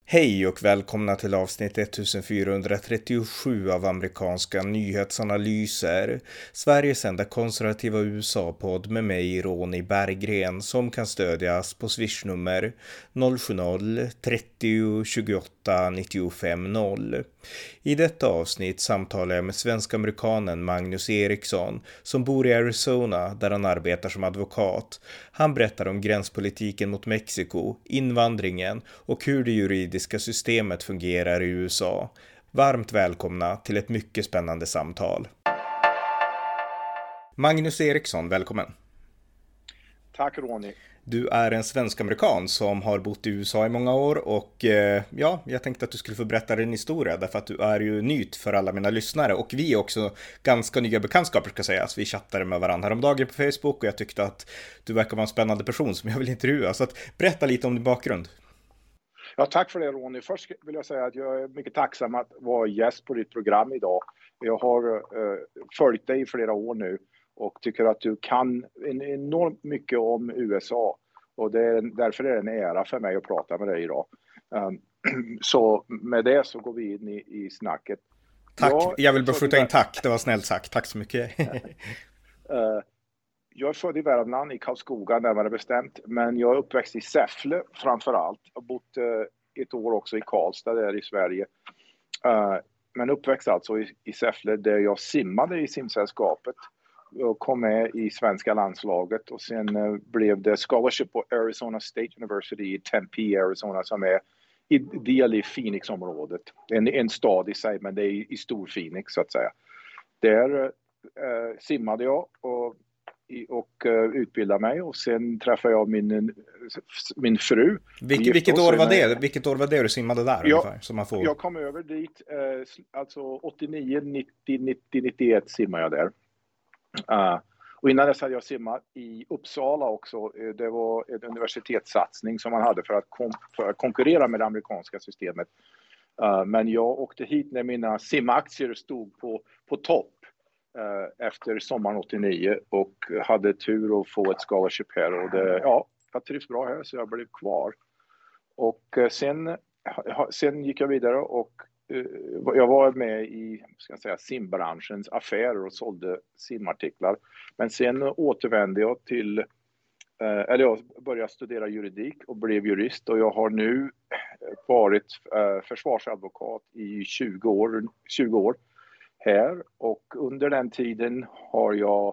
Hej och välkomna till avsnitt 1437 av amerikanska nyhetsanalyser. Sveriges enda konservativa USA-podd med mig, Ronny Berggren, som kan stödjas på swishnummer 070-30 28 95 0. I detta avsnitt samtalar jag med svensk-amerikanen Magnus Eriksson som bor i Arizona där han arbetar som advokat. Han berättar om gränspolitiken mot Mexiko, invandringen och hur det juridiska systemet fungerar i USA. Varmt välkomna till ett mycket spännande samtal. Magnus Eriksson, välkommen. Tack Ronny. Du är en svensk-amerikan som har bott i USA i många år och jag tänkte att du skulle få berätta din historia därför att du är ju nytt för alla mina lyssnare och vi är också ganska nya bekantskaper ska sägas. Vi chattade med varandra häromdagen på Facebook och jag tyckte att du verkar vara en spännande person som jag vill intervjua. Så att berätta lite om din bakgrund. Ja, tack för det Ronny. Först vill jag säga att jag är mycket tacksam att vara gäst på ditt program idag. Jag har följt dig i flera år nu och tycker att du kan enormt mycket om USA. Och därför är det en ära för mig att prata med dig idag. Så med det så går vi in i snacket. Tack, jag vill bara skjuta in tack. Det var snällt sagt. Tack så mycket. Jag är född i Värmland, i Karlskoga närmare bestämt. Men jag är uppväxt i Säffle framförallt. Jag har bott ett år också i Karlstad där i Sverige. Men uppväxt alltså i Säffle där jag simmade i simsällskapet. Jag kom med i svenska landslaget och sen blev det scholarship på Arizona State University i Tempe, Arizona som är i del i Phoenix-området. En stad i sig men det är i stor Phoenix så att säga. Där simmade jag och utbildade mig och sen träffade jag min fru. Vilket år var det? Vilket år var det du simmade där ungefär? Så man får... Jag kom över dit, alltså 89, 90, 91 simmade jag där. Och innan dess hade jag simmat i Uppsala också. Det var en universitetssatsning som man hade för att konkurrera med det amerikanska systemet. Men jag åkte hit när mina simaktier stod på topp efter sommaren 89 och hade tur att få ett scholarship här. Och jag trivs bra här så jag blev kvar. Och sen gick jag vidare och jag var med i simbranschens affärer och sålde simartiklar. Men sen återvände jag jag började studera juridik och blev jurist. Och jag har nu varit försvarsadvokat i 20 år här. Och under den tiden har jag,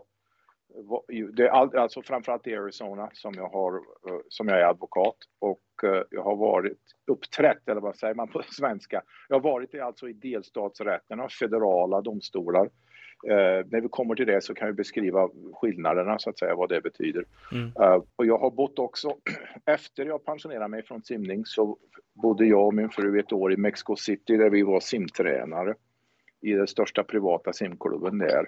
alltså framförallt i Arizona som jag är advokat. Och jag har varit uppträtt, eller vad säger man på svenska. Jag har varit i delstatsrätterna, federala domstolar. När vi kommer till det så kan vi beskriva skillnaderna så att säga, vad det betyder. Och jag har bott också, efter jag pensionerade mig från simning så bodde jag och min fru ett år i Mexico City där vi var simtränare i den största privata simklubben där.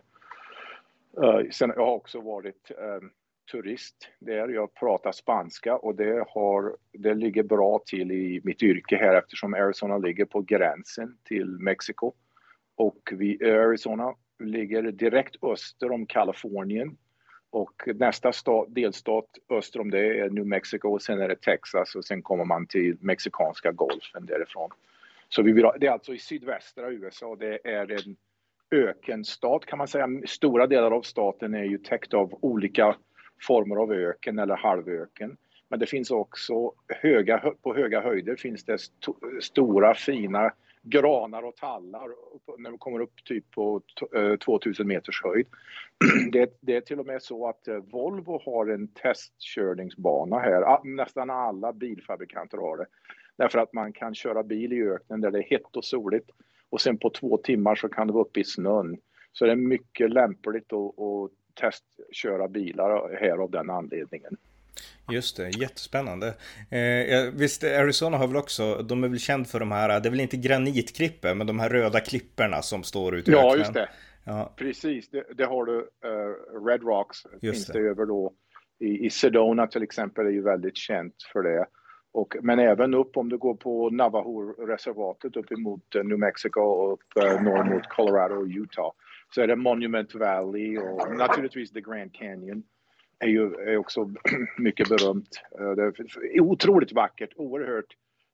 Sen jag har också varit turist där. Jag pratar spanska och det ligger bra till i mitt yrke här eftersom Arizona ligger på gränsen till Mexiko. Och Arizona ligger direkt öster om Kalifornien. Och nästa delstat öster om det är New Mexico och sen är det Texas och sen kommer man till mexikanska golfen därifrån. Så det är alltså i sydvästra USA, det är en ökenstat kan man säga. Stora delar av staten är ju täckt av olika former av öken eller halvöken. Men det finns också på höga höjder finns det stora fina granar och tallar när vi kommer upp typ på 2000 meters höjd. Det är till och med så att Volvo har en testkörningsbana här. Nästan alla bilfabrikanter har det. Därför att man kan köra bil i öknen där det är hett och soligt. Och sen på 2 timmar så kan det vara uppe i snön. Så det är mycket lämpligt att testköra bilar här av den anledningen. Just det, jättespännande. Visst, Arizona har väl också, de är väl känd för de här, det är väl inte granitklippor, men de här röda klipporna som står ute i öknen. Ja, just det. Ja. Precis, det har du, Red Rocks finns det över då. I Sedona till exempel är ju väldigt känt för det. Men även upp om du går på Navajo-reservatet upp emot New Mexico och upp norr mot Colorado och Utah. Så är det Monument Valley och naturligtvis The Grand Canyon. Är också mycket berömt. Det är otroligt vackert, oerhört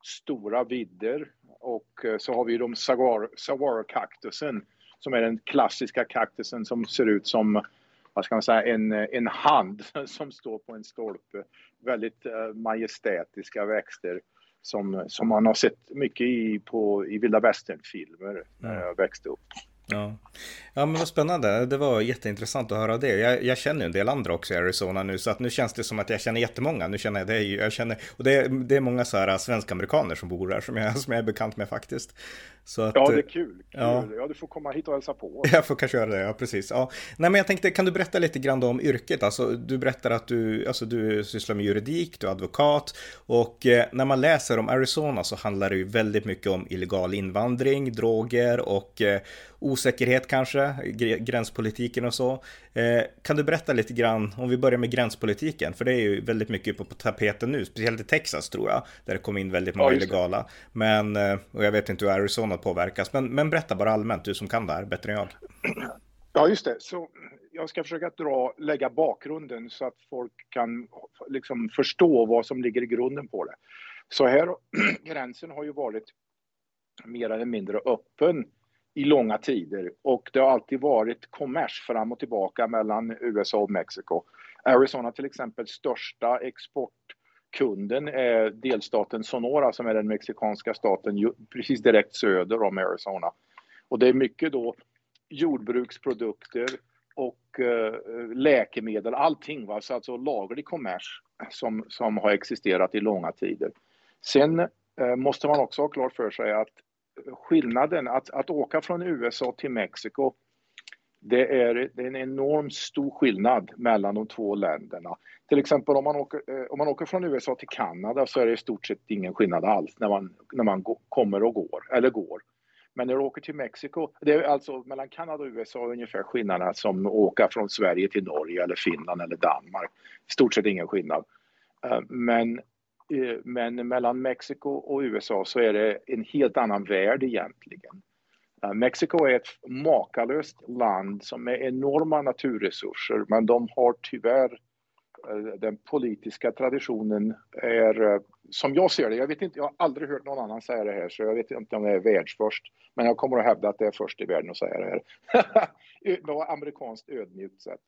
stora vidder. Och så har vi de saguaro-kaktusen som är den klassiska kaktusen som ser ut som, vad ska man säga, en hand som står på en stolpe. Väldigt majestätiska växter som man har sett mycket i vilda västernfilmer när jag växte upp. Ja. Ja, men vad spännande. Det var jätteintressant att höra det. Jag känner en del andra också i Arizona nu, så att nu känns det som att jag känner jättemånga. Nu känner jag det. Och det är många så här svenska-amerikaner som bor där som jag är bekant med faktiskt. Så att, ja, det är kul. Ja. Ja, du får komma hit och hälsa på. Jag får kanske göra det, ja precis. Ja. Nej, men jag tänkte, kan du berätta lite grann om yrket? Alltså, du berättar att du sysslar med juridik, du är advokat, och när man läser om Arizona så handlar det ju väldigt mycket om illegal invandring, droger och osäkerhet kanske, gränspolitiken och så. Kan du berätta lite grann, om vi börjar med gränspolitiken, för det är ju väldigt mycket på tapeten nu, speciellt i Texas tror jag, där det kom in väldigt många illegala. Men, och jag vet inte hur Arizona påverkas, men berätta bara allmänt, du som kan det här bättre än jag. Ja, just det. Så jag ska försöka lägga bakgrunden så att folk kan liksom förstå vad som ligger i grunden på det. Så här, gränsen har ju varit mer eller mindre öppen i långa tider, och det har alltid varit kommers fram och tillbaka mellan USA och Mexiko. Arizona till exempel, största exportkunden är delstaten Sonora som är den mexikanska staten precis direkt söder om Arizona. Och det är mycket då jordbruksprodukter och läkemedel, allting, va? Så alltså laglig kommers som har existerat i långa tider. Sen måste man också ha klart för sig att skillnaden att åka från USA till Mexiko, det är en enormt stor skillnad mellan de två länderna. Till exempel om man åker från USA till Kanada så är det i stort sett ingen skillnad alls när man kommer och går. Men när du åker till Mexiko, det är alltså mellan Kanada och USA ungefär skillnaderna som att åka från Sverige till Norge eller Finland eller Danmark. I stort sett ingen skillnad. Men mellan Mexiko och USA så är det en helt annan värld egentligen. Mexiko är ett makalöst land som är enorma naturresurser, men de har tyvärr den politiska traditionen är, som jag ser det, jag har aldrig hört någon annan säga det här, så jag vet inte om det är världsförst, men jag kommer att hävda att det är först i världen att säga det här. På amerikanskt ödmjukt sätt.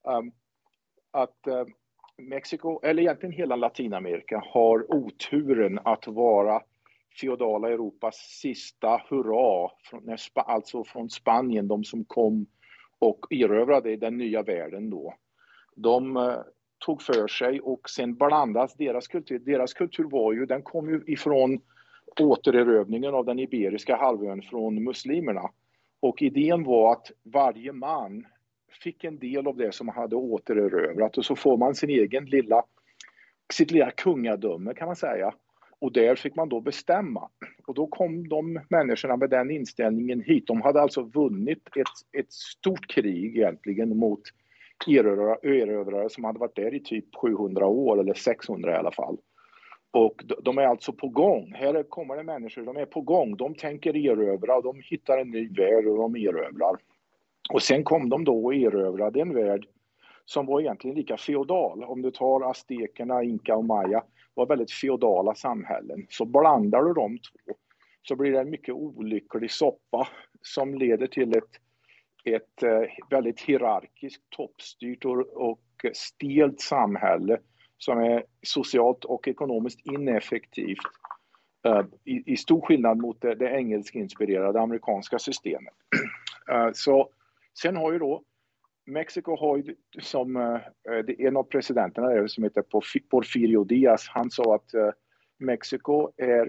Mexiko, eller egentligen hela Latinamerika, har oturen att vara feodala Europas sista hurra, alltså från Spanien, de som kom och erövrade den nya världen då. De tog för sig och sen blandas deras kultur. Deras kultur var ju, den kom ju ifrån återerövringen av den iberiska halvön från muslimerna. Och idén var att varje man fick en del av det som hade återerövrat, och så får man sitt lilla kungadöme kan man säga. Och där fick man då bestämma. Och då kom de människorna med den inställningen hit. De hade alltså vunnit ett stort krig egentligen mot erövrare som hade varit där i typ 700 år eller 600 i alla fall. Och de är alltså på gång. Här kommer det människor, de är på gång. De tänker erövra, de hittar en ny värld och de erövrar. Och sen kom de då och erövrade en värld som var egentligen lika feodal. Om du tar aztekerna, inka och maya, var väldigt feodala samhällen. Så blandar du de två så blir det en mycket olycklig soppa som leder till ett väldigt hierarkiskt, toppstyrt och stelt samhälle som är socialt och ekonomiskt ineffektivt. I stor skillnad mot det engelskinspirerade amerikanska systemet. Så sen har ju då Mexiko har ju som en av presidenterna där som heter Porfirio Díaz, han sa att Mexiko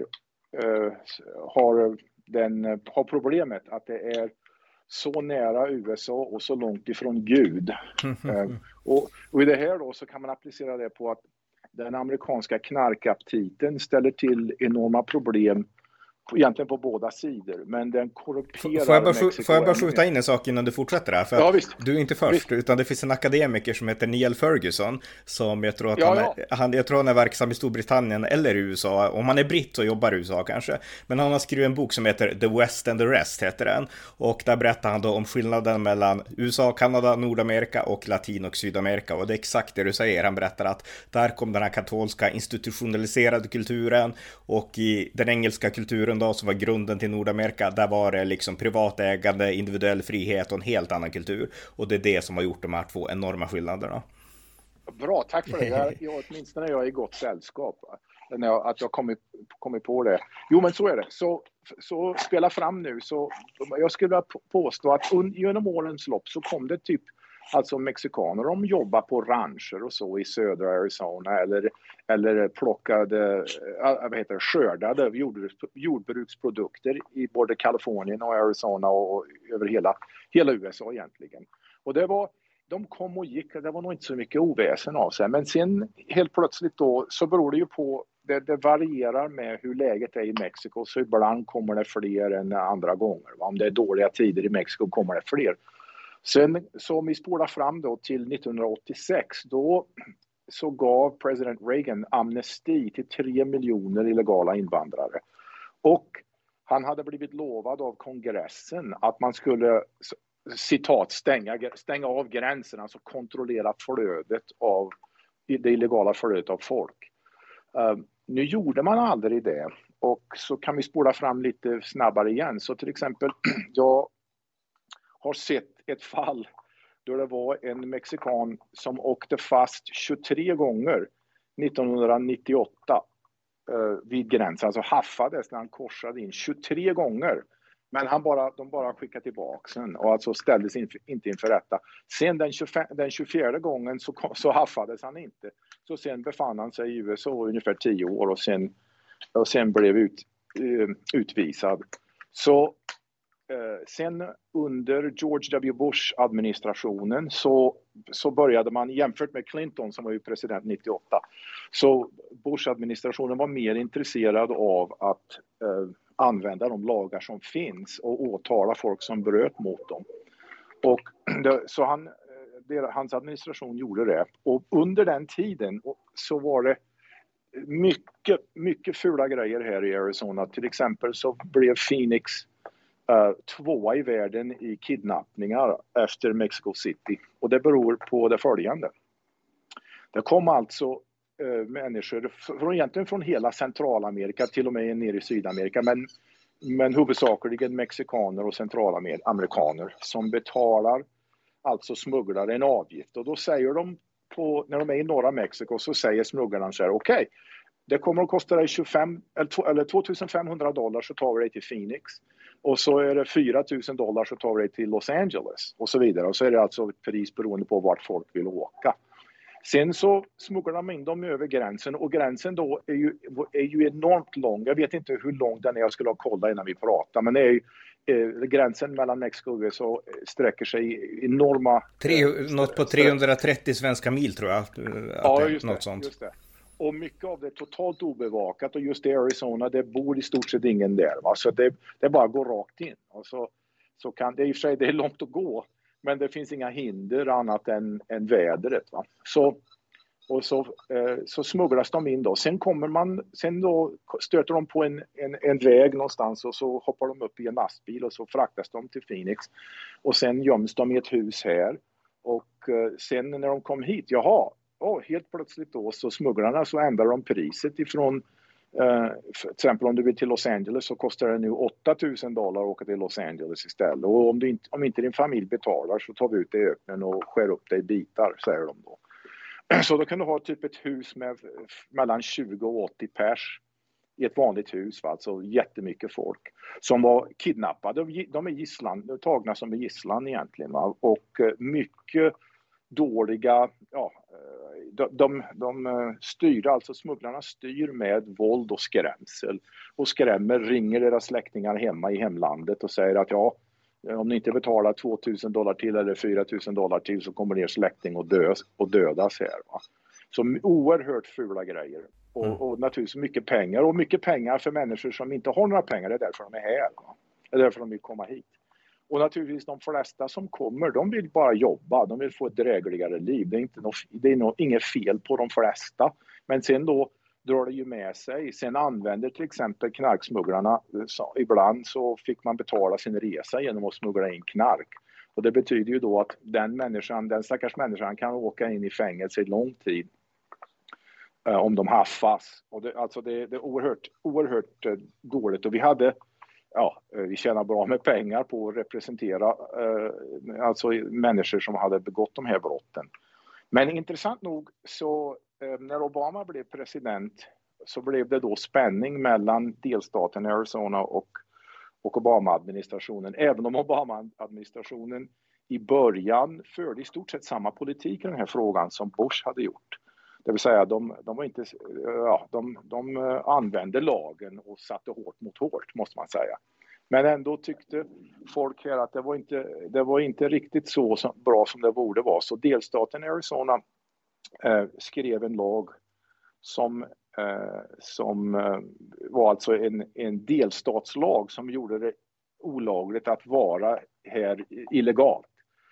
har problemet att det är så nära USA och så långt ifrån Gud. Och i det här då så kan man applicera det på att den amerikanska knarkaptiten ställer till enorma problem egentligen på båda sidor, men den korrumperar Mexiko. Får jag bara skjuta in en sak innan du fortsätter där? För visst. Du är inte först, utan det finns en akademiker som heter Neil Ferguson, som jag tror att jag tror han är verksam i Storbritannien eller i USA. Om han är britt så jobbar i USA kanske. Men han har skrivit en bok som heter The West and the Rest, heter den. Och där berättar han då om skillnaden mellan USA, Kanada, Nordamerika och Latin- och Sydamerika. Och det är exakt det du säger. Han berättar att där kom den här katolska institutionaliserade kulturen, och i den engelska kulturen då, som var grunden till Nordamerika, där var det liksom privatägande, individuell frihet och en helt annan kultur. Och det är det som har gjort de här två enorma skillnaderna. Bra, tack för det. Åtminstone jag är i gott sällskap. Att jag kommit på det. Jo, men så är det. Så spela fram nu. Så jag skulle vilja påstå att genom årens lopp så kom det typ alltså mexikaner, de jobbar på rancher och så i södra Arizona eller plockade, skördade jordbruksprodukter i både Kalifornien och Arizona och över hela USA egentligen. Och de kom och gick, det var nog inte så mycket oväsen av sig. Men sen helt plötsligt då så beror det ju på, det varierar med hur läget är i Mexiko. Så ibland kommer det fler än andra gånger. Om det är dåliga tider i Mexiko kommer det fler. Sen så om vi spolar fram då till 1986, då så gav president Reagan amnesti till 3 miljoner illegala invandrare. Och han hade blivit lovad av kongressen att man skulle, citat, stänga av gränserna, alltså kontrollera flödet av det illegala flödet av folk. Nu gjorde man aldrig det, och så kan vi spola fram lite snabbare igen. Så till exempel, jag har sett ett fall då det var en mexikan som åkte fast 23 gånger 1998 vid gränsen, alltså haffades när han korsade in 23 gånger. Men de bara skickade tillbaka sen och alltså ställdes inte inför rätta. Sen den 24 gången så haffades han inte. Så sen befann han sig i USA ungefär 10 år och sen blev utvisad. Så sen under George W. Bush-administrationen så började man, jämfört med Clinton som var ju president 98, så Bush-administrationen var mer intresserad av att använda de lagar som finns och åtala folk som bröt mot dem. Och så hans administration gjorde det. Och under den tiden så var det mycket, mycket fula grejer här i Arizona. Till exempel så blev Phoenix tvåa i världen i kidnappningar efter Mexico City. Och det beror på det följande. Det kom alltså människor egentligen från hela Centralamerika, till och med ner i Sydamerika, men huvudsakligen mexikaner och centralamerikaner som betalar, alltså smugglare, en avgift. Och då säger de när de är i norra Mexiko, så säger smugglaren så här: okej, det kommer att kosta dig $2,500 så tar vi dig till Phoenix. Och så är det $4,000 så tar vi dig till Los Angeles och så vidare. Och så är det alltså ett pris beroende på vart folk vill åka. Sen så smugglar de in dem över gränsen, och gränsen då är ju enormt lång. Jag vet inte hur lång den är, jag skulle ha kollat innan vi pratar. Men det är ju, gränsen mellan Mexiko och USA sträcker sig enorma... Något på 330 svenska mil tror jag. Ja, just det. Och mycket av det är totalt obevakat, och just i Arizona, det bor i stort sett ingen där. Va? Så det bara går rakt in. Och så kan det i och för sig, det är långt att gå, men det finns inga hinder annat än vädret. Va? Så smugglas de in då. Sen då stöter de på en väg någonstans, och så hoppar de upp i en lastbil och så fraktas de till Phoenix. Och sen göms de i ett hus här. Och sen när de kom hit, helt plötsligt då så smugglarna så ändrar de priset ifrån till exempel om du vill till Los Angeles så kostar det nu $8,000 att åka till Los Angeles istället. Och om inte din familj betalar så tar vi ut det i öknen och skär upp det i bitar, säger de då. Så då kan du ha typ ett hus med mellan 20 och 80 pers i ett vanligt hus, va? Alltså jättemycket folk som var kidnappade. De är tagna som gisslan egentligen, va? Och mycket dåliga, de styr, alltså smugglarna styr med våld och skrämsel och ringer deras släktingar hemma i hemlandet och säger att om ni inte betalar $2,000 till eller $4,000 till så kommer er släkting att dödas här. Va? Så oerhört fula grejer. Och naturligtvis mycket pengar. Och mycket pengar för människor som inte har några pengar. Det är därför de är här. Va? Det är därför de vill komma hit. Och naturligtvis de flesta som kommer, de vill bara jobba. De vill få ett drägligare liv. Det är inget fel på de flesta. Men sen då drar det ju med sig. Sen använder till exempel knarksmugglarna. Ibland så fick man betala sin resa genom att smuggla in knark. Och det betyder ju då att den stackars människan kan åka in i fängelse i lång tid. Om de haffas. Och det är oerhört dåligt. Och vi tjänar bra med pengar på att representera alltså människor som hade begått de här brotten. Men intressant nog så när Obama blev president så blev det då spänning mellan delstaten Arizona och Obama-administrationen. Även om Obama-administrationen i början förde i stort sett samma politik i den här frågan som Bush hade gjort. Det vill säga de använde lagen och satte hårt mot hårt, måste man säga. Men ändå tyckte folk här att det var inte riktigt så bra som det borde vara. Så delstaten Arizona skrev en lag som var alltså en delstatslag som gjorde det olagligt att vara här illegalt.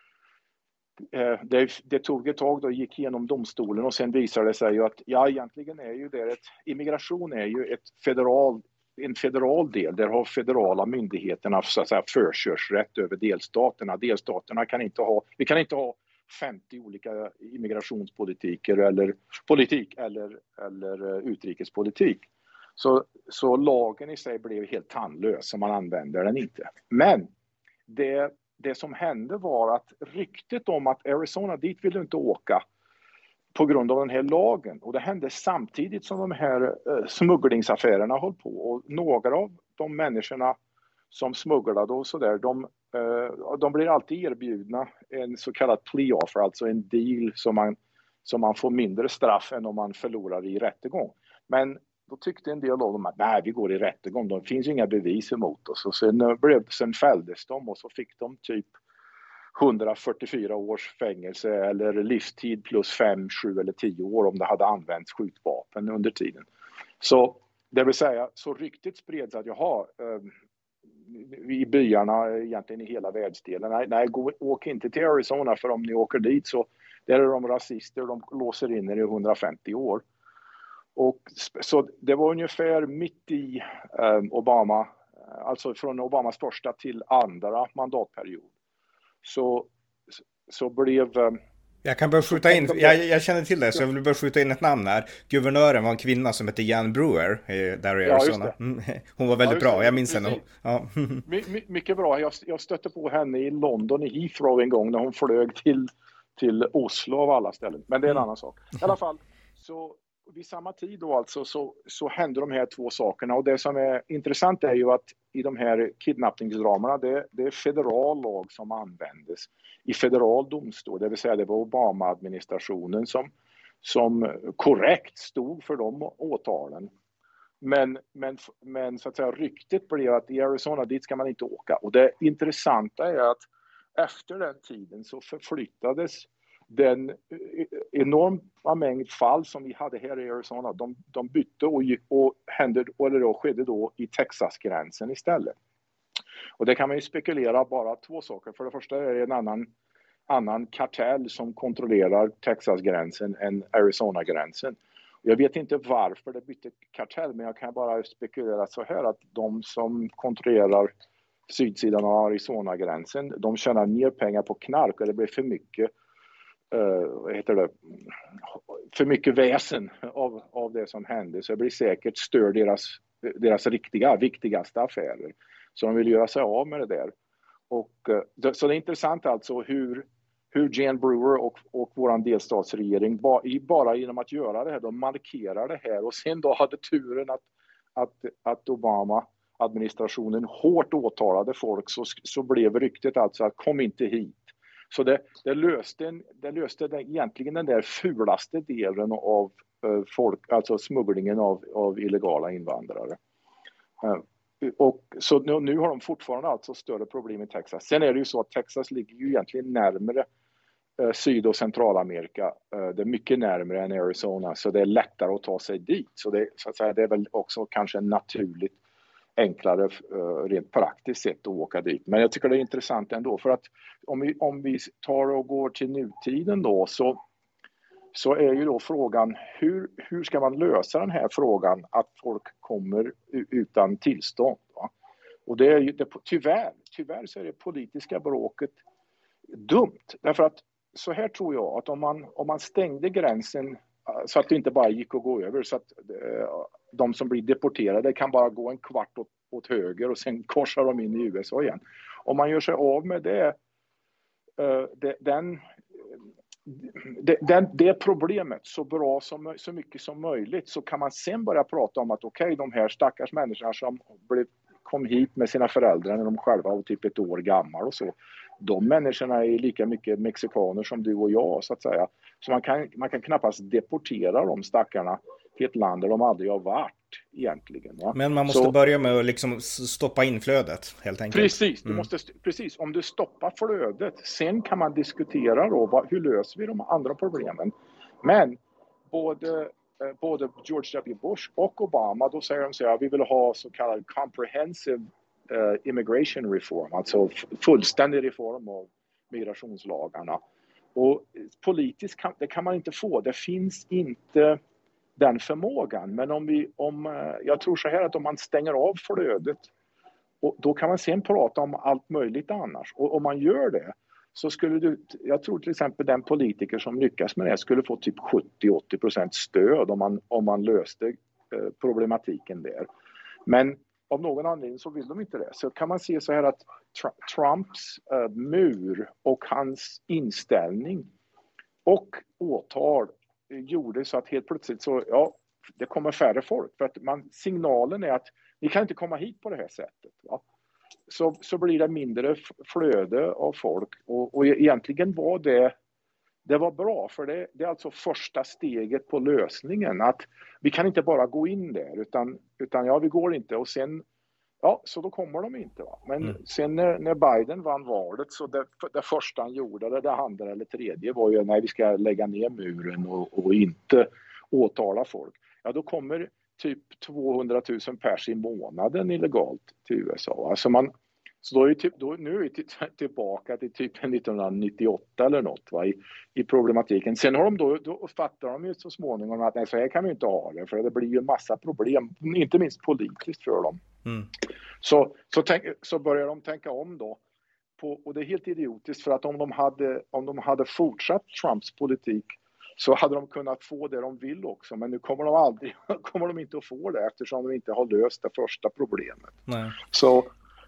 Det tog ett tag, då gick igenom domstolen och sen visade det sig ju att egentligen är ju det immigration är ju en federal del. Där har federala myndigheterna så att säga förkörsrätt över delstaterna. Delstaterna kan inte ha 50 olika immigrationspolitiker eller utrikespolitik. Så lagen i sig blev helt tandlös, så man använder den inte. Men det som hände var att ryktet om att Arizona, dit vill du inte åka på grund av den här lagen. Och det hände samtidigt som de här smugglingsaffärerna höll på. Och några av de människorna som smugglade och sådär, de blir alltid erbjudna en så kallad plea offer, alltså en deal som man får mindre straff än om man förlorar i rättegång. Men då tyckte en del av dem att nej, vi går i rättegång, det finns inga bevis emot oss. Och sen fälldes de och så fick de typ 144 års fängelse eller livstid plus 5, 7 eller 10 år om det hade använts skjutvapen under tiden. Så det vill säga, så ryktet spreds att i byarna egentligen i hela världsdelen. Nej, åk inte till Arizona, för om ni åker dit så där är de rasister, de låser in er i 150 år. Och så det var ungefär mitt i Obama, alltså från Obamas första till andra mandatperiod. Så blev... Jag kan bara skjuta in, jag känner till det, så jag vill bara skjuta in ett namn här. Guvernören var en kvinna som hette Jan Brewer där i Arizona. Hon var väldigt bra, jag minns henne. Ja. Mycket bra, jag stötte på henne i London i Heathrow en gång när hon flög till Oslo av alla ställen. Men det är en annan sak. I alla fall, så vid samma tid då alltså så hände de här två sakerna. Och det som är intressant är ju att i de här kidnappningsdramerna, det är federal lag som användes i federal domstol. Det vill säga det var Obama-administrationen som korrekt stod för de åtalen. Men så att säga ryktet blev att i Arizona, dit ska man inte åka. Och det intressanta är att efter den tiden så förflyttades den enorma mängd fall som vi hade här i Arizona, de bytte och skedde då i Texas-gränsen istället. Och det kan man ju spekulera bara två saker. För det första är det en annan kartell som kontrollerar Texas-gränsen än Arizona-gränsen. Jag vet inte varför det bytte kartell, men jag kan bara spekulera så här att de som kontrollerar sydsidan av Arizona-gränsen, de tjänar mer pengar på knark och det blir för mycket väsen av det som hände, så det blir säkert stör deras viktigaste affärer. Så de vill göra sig av med det där. Så det är intressant alltså hur Jan Brewer och våran delstatsregering bara genom att göra det här, de markerar det här, och sen då hade turen att Obama-administrationen hårt åtalade folk, så blev ryktet alltså att kom inte hit. Så det löste egentligen den där fulaste delen av alltså smugglingen av illegala invandrare. Och så nu har de fortfarande alltså större problem i Texas. Sen är det ju så att Texas ligger ju egentligen närmare Syd- och Centralamerika. Det är mycket närmare än Arizona, så det är lättare att ta sig dit. Så att säga, det är väl också kanske naturligt enklare rent praktiskt sett att åka dit. Men jag tycker det är intressant ändå, för att om vi tar och går till nutiden då, så är ju då frågan hur ska man lösa den här frågan att folk kommer utan tillstånd, va? Och det är ju tyvärr så är det politiska bråket dumt, därför att så här tror jag att om man stängde gränsen så att det inte bara gick att gå över, så att de som blir deporterade kan bara gå en kvart åt höger och sen korsar de in i USA igen. Om man gör sig av med det problemet så mycket som möjligt, så kan man sen börja prata om att okej, de här stackars människorna som kom hit med sina föräldrar när de själva var typ ett år gammal och så, de människorna är lika mycket mexikaner som du och jag, så att säga. Så man kan knappast deportera de stackarna till ett land där de aldrig har varit egentligen, va? Men man måste börja med att liksom stoppa inflödet, helt enkelt. Precis, om du stoppar flödet, sen kan man diskutera då hur löser vi de andra problemen. Men både George W. Bush och Obama, då säger de så här: vi vill ha så kallad comprehensive immigration reform, alltså fullständig reform av migrationslagarna. Och politiskt det kan man inte få, det finns inte den förmågan. Men jag tror så här att om man stänger av flödet, och då kan man sen prata om allt möjligt annars. Och om man gör det, så skulle jag tror till exempel den politiker som lyckas med det skulle få typ 70-80% stöd om man löste problematiken där. Men av någon anledning så vill de inte det. Så kan man se så här att Trumps mur och hans inställning och åtal gjorde så att helt plötsligt så, det kommer färre folk. För att signalen är att ni kan inte komma hit på det här sättet, va? Så blir det mindre flöde av folk. Och egentligen var det var bra, för det är alltså första steget på lösningen. Att vi kan inte bara gå in där, utan vi går inte. Och sen, så då kommer de inte, va? Men sen när Biden vann valet, så det första han gjorde, det andra eller tredje var ju: nej, vi ska lägga ner muren och inte åtala folk. Ja, då kommer typ 200 000 pers i månaden illegalt till USA. Alltså så då är nu är vi tillbaka till typ 1998 eller något, va, i problematiken. Sen har då fattar de ju så småningom att nej, så här kan vi inte ha det, för det blir ju en massa problem, inte minst politiskt för dem. Så börjar de tänka om då. Och det är helt idiotiskt, för att om de hade fortsatt Trumps politik, så hade de kunnat få det de vill också. Men nu kommer de inte att få det, eftersom de inte har löst det första problemet. Nej. Så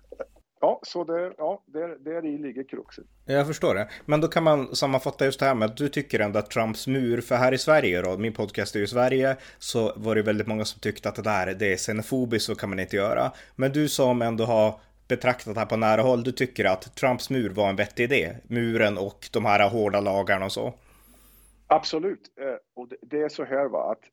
där i ligger kruxet. Jag förstår det. Men då kan man sammanfatta just det här med att du tycker ändå att Trumps mur, för här i Sverige då, min podcast är ju i Sverige, så var det väldigt många som tyckte att det är xenofobiskt, så kan man inte göra. Men du som ändå har betraktat det här på nära håll, du tycker att Trumps mur var en vettig idé? Muren och de här hårda lagarna och så? Absolut. Och det är så här, va, att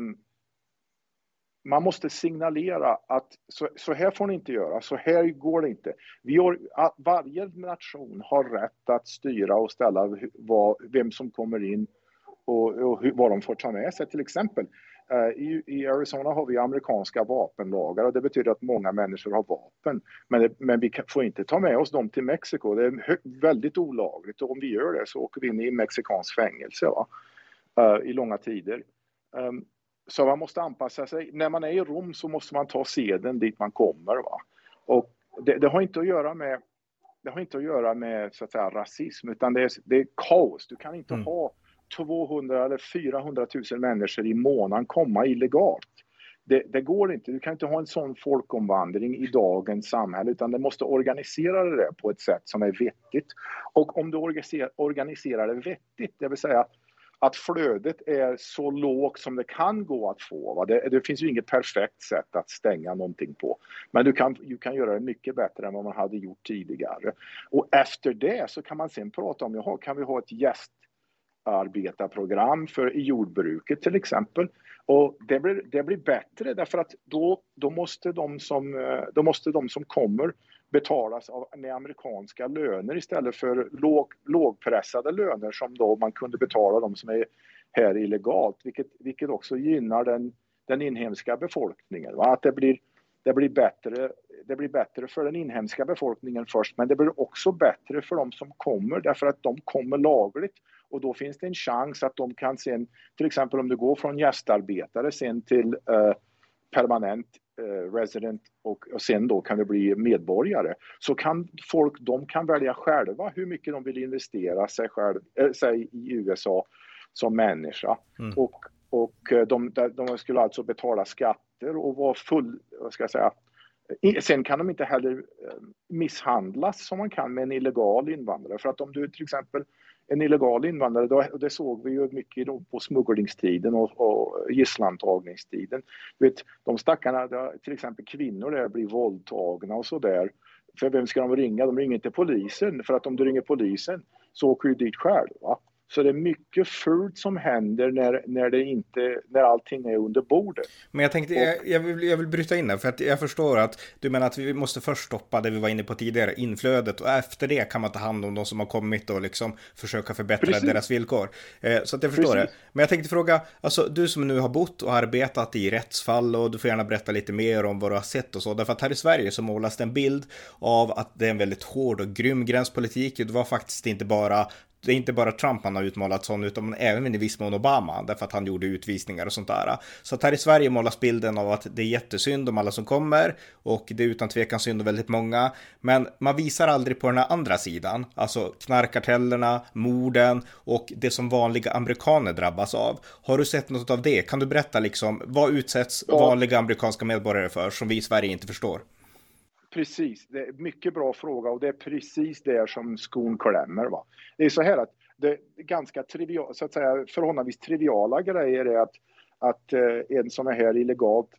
man måste signalera att så här får ni inte göra, så här går det inte. Varje nation har rätt att styra och ställa vem som kommer in och vad de får ta med sig. Till exempel i Arizona har vi amerikanska vapenlagar, och det betyder att många människor har vapen. Men vi får inte ta med oss dem till Mexiko. Det är väldigt olagligt, och om vi gör det så åker vi in i mexikansk fängelse, va? I långa tider. Så man måste anpassa sig. När man är i Rom så måste man ta seden dit man kommer, va? Och det har inte att göra med så att säga rasism, utan det är kaos. Du kan inte ha 200 eller 400 000 människor i månaden komma illegalt. Det går inte. Du kan inte ha en sån folkomvandring i dagens samhälle, utan det måste organisera det på ett sätt som är vettigt. Och om du organiserar det vettigt, det vill säga att flödet är så lågt som det kan gå att få, va? Det finns ju inget perfekt sätt att stänga någonting på. Men du kan göra det mycket bättre än vad man hade gjort tidigare. Och efter det så kan man sen prata om, kan vi ha ett gästarbetarprogram i jordbruket till exempel. Och det blir bättre, därför att då måste de som kommer betalas med amerikanska löner istället för lågpressade löner som då man kunde betala de som är här illegalt, vilket också gynnar den inhemska befolkningen. Va? Att det blir bättre för den inhemska befolkningen först, men det blir också bättre för de som kommer därför att de kommer lagligt och då finns det en chans att de kan sen, till exempel om du går från gästarbetare sen till permanent resident och sen då kan det bli medborgare, så kan de kan välja själva hur mycket de vill investera sig i USA som människa. Och de skulle alltså betala skatter och vara vad ska jag säga. Sen kan de inte heller misshandlas som man kan med en illegal invandrare. För att om du till exempel en illegal invandrare, det såg vi ju mycket på smugglingstiden och gisslantagningstiden. Du vet, de stackarna, till exempel kvinnor där blir våldtagna och sådär. För vem ska de ringa? De ringer inte polisen. För att om du ringer polisen så åker du dit själv. Va? Så det är mycket fult som händer när allting är under bordet. Men jag tänkte, jag vill bryta in där, för att jag förstår att du menar att vi måste först stoppa det vi var inne på tidigare, inflödet, och efter det kan man ta hand om de som har kommit och liksom försöka förbättra deras villkor. Så att jag förstår det. Men jag tänkte fråga, alltså du som nu har bott och arbetat i rättsfall, och du får gärna berätta lite mer om vad du har sett och så, därför att här i Sverige så målas det en bild av att det är en väldigt hård och grym gränspolitik. Det var faktiskt inte bara Trump han har utmålat sån, utan även i viss mån Obama, därför att han gjorde utvisningar och sånt där. Så att här i Sverige målas bilden av att det är jättesynd om alla som kommer, och det är utan tvekan synd om väldigt många, men man visar aldrig på den här andra sidan, alltså knarkartellerna, morden och det som vanliga amerikaner drabbas av. Har du sett något av det? Kan du berätta liksom, vad utsätts vanliga amerikanska medborgare för som vi i Sverige inte förstår? Precis, det är en mycket bra fråga och det är precis där som skon klämmer. Va? Det är så här att det är ganska så att säga, förhållandevis triviala grejer är att en som är här illegalt,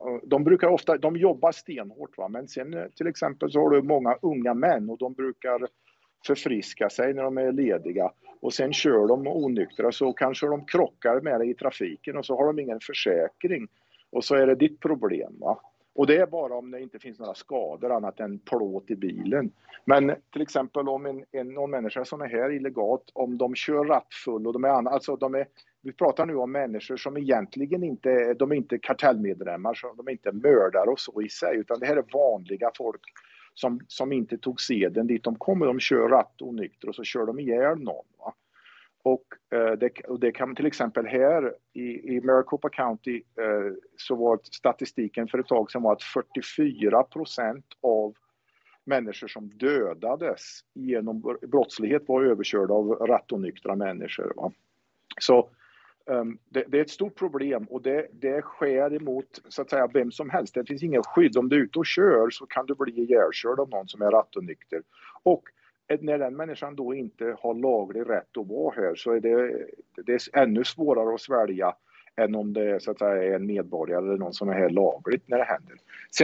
de jobbar stenhårt, va? Men sen till exempel så har du många unga män och de brukar förfriska sig när de är lediga och sen kör de onyktra, så kanske de krockar med dig i trafiken och så har de ingen försäkring och så är det ditt problem, va? Och det är bara om det inte finns några skador annat än plåt i bilen. Men till exempel om någon människa som är här illegalt, om de kör rattfull och vi pratar nu om människor som egentligen inte är kartellmedlemmar, så de är inte mördare och så i sig, utan det här är vanliga folk som inte tog seden dit de kommer. De kör ratt onykter och så kör de ihjäl någon, va? Och det kan till exempel här i Maricopa County så var statistiken för ett tag sedan var att 44% av människor som dödades genom brottslighet var överkörda av rattonyktra människor. Va? Så det är ett stort problem och det sker emot så att säga vem som helst. Det finns ingen skydd. Om du är ute och kör så kan du bli ihjälkörd av någon som är rattonykter. Och när den människan då inte har laglig rätt att vara här så är det ännu svårare att svälja än om det så att säga är en medborgare eller någon som är här lagligt när det händer.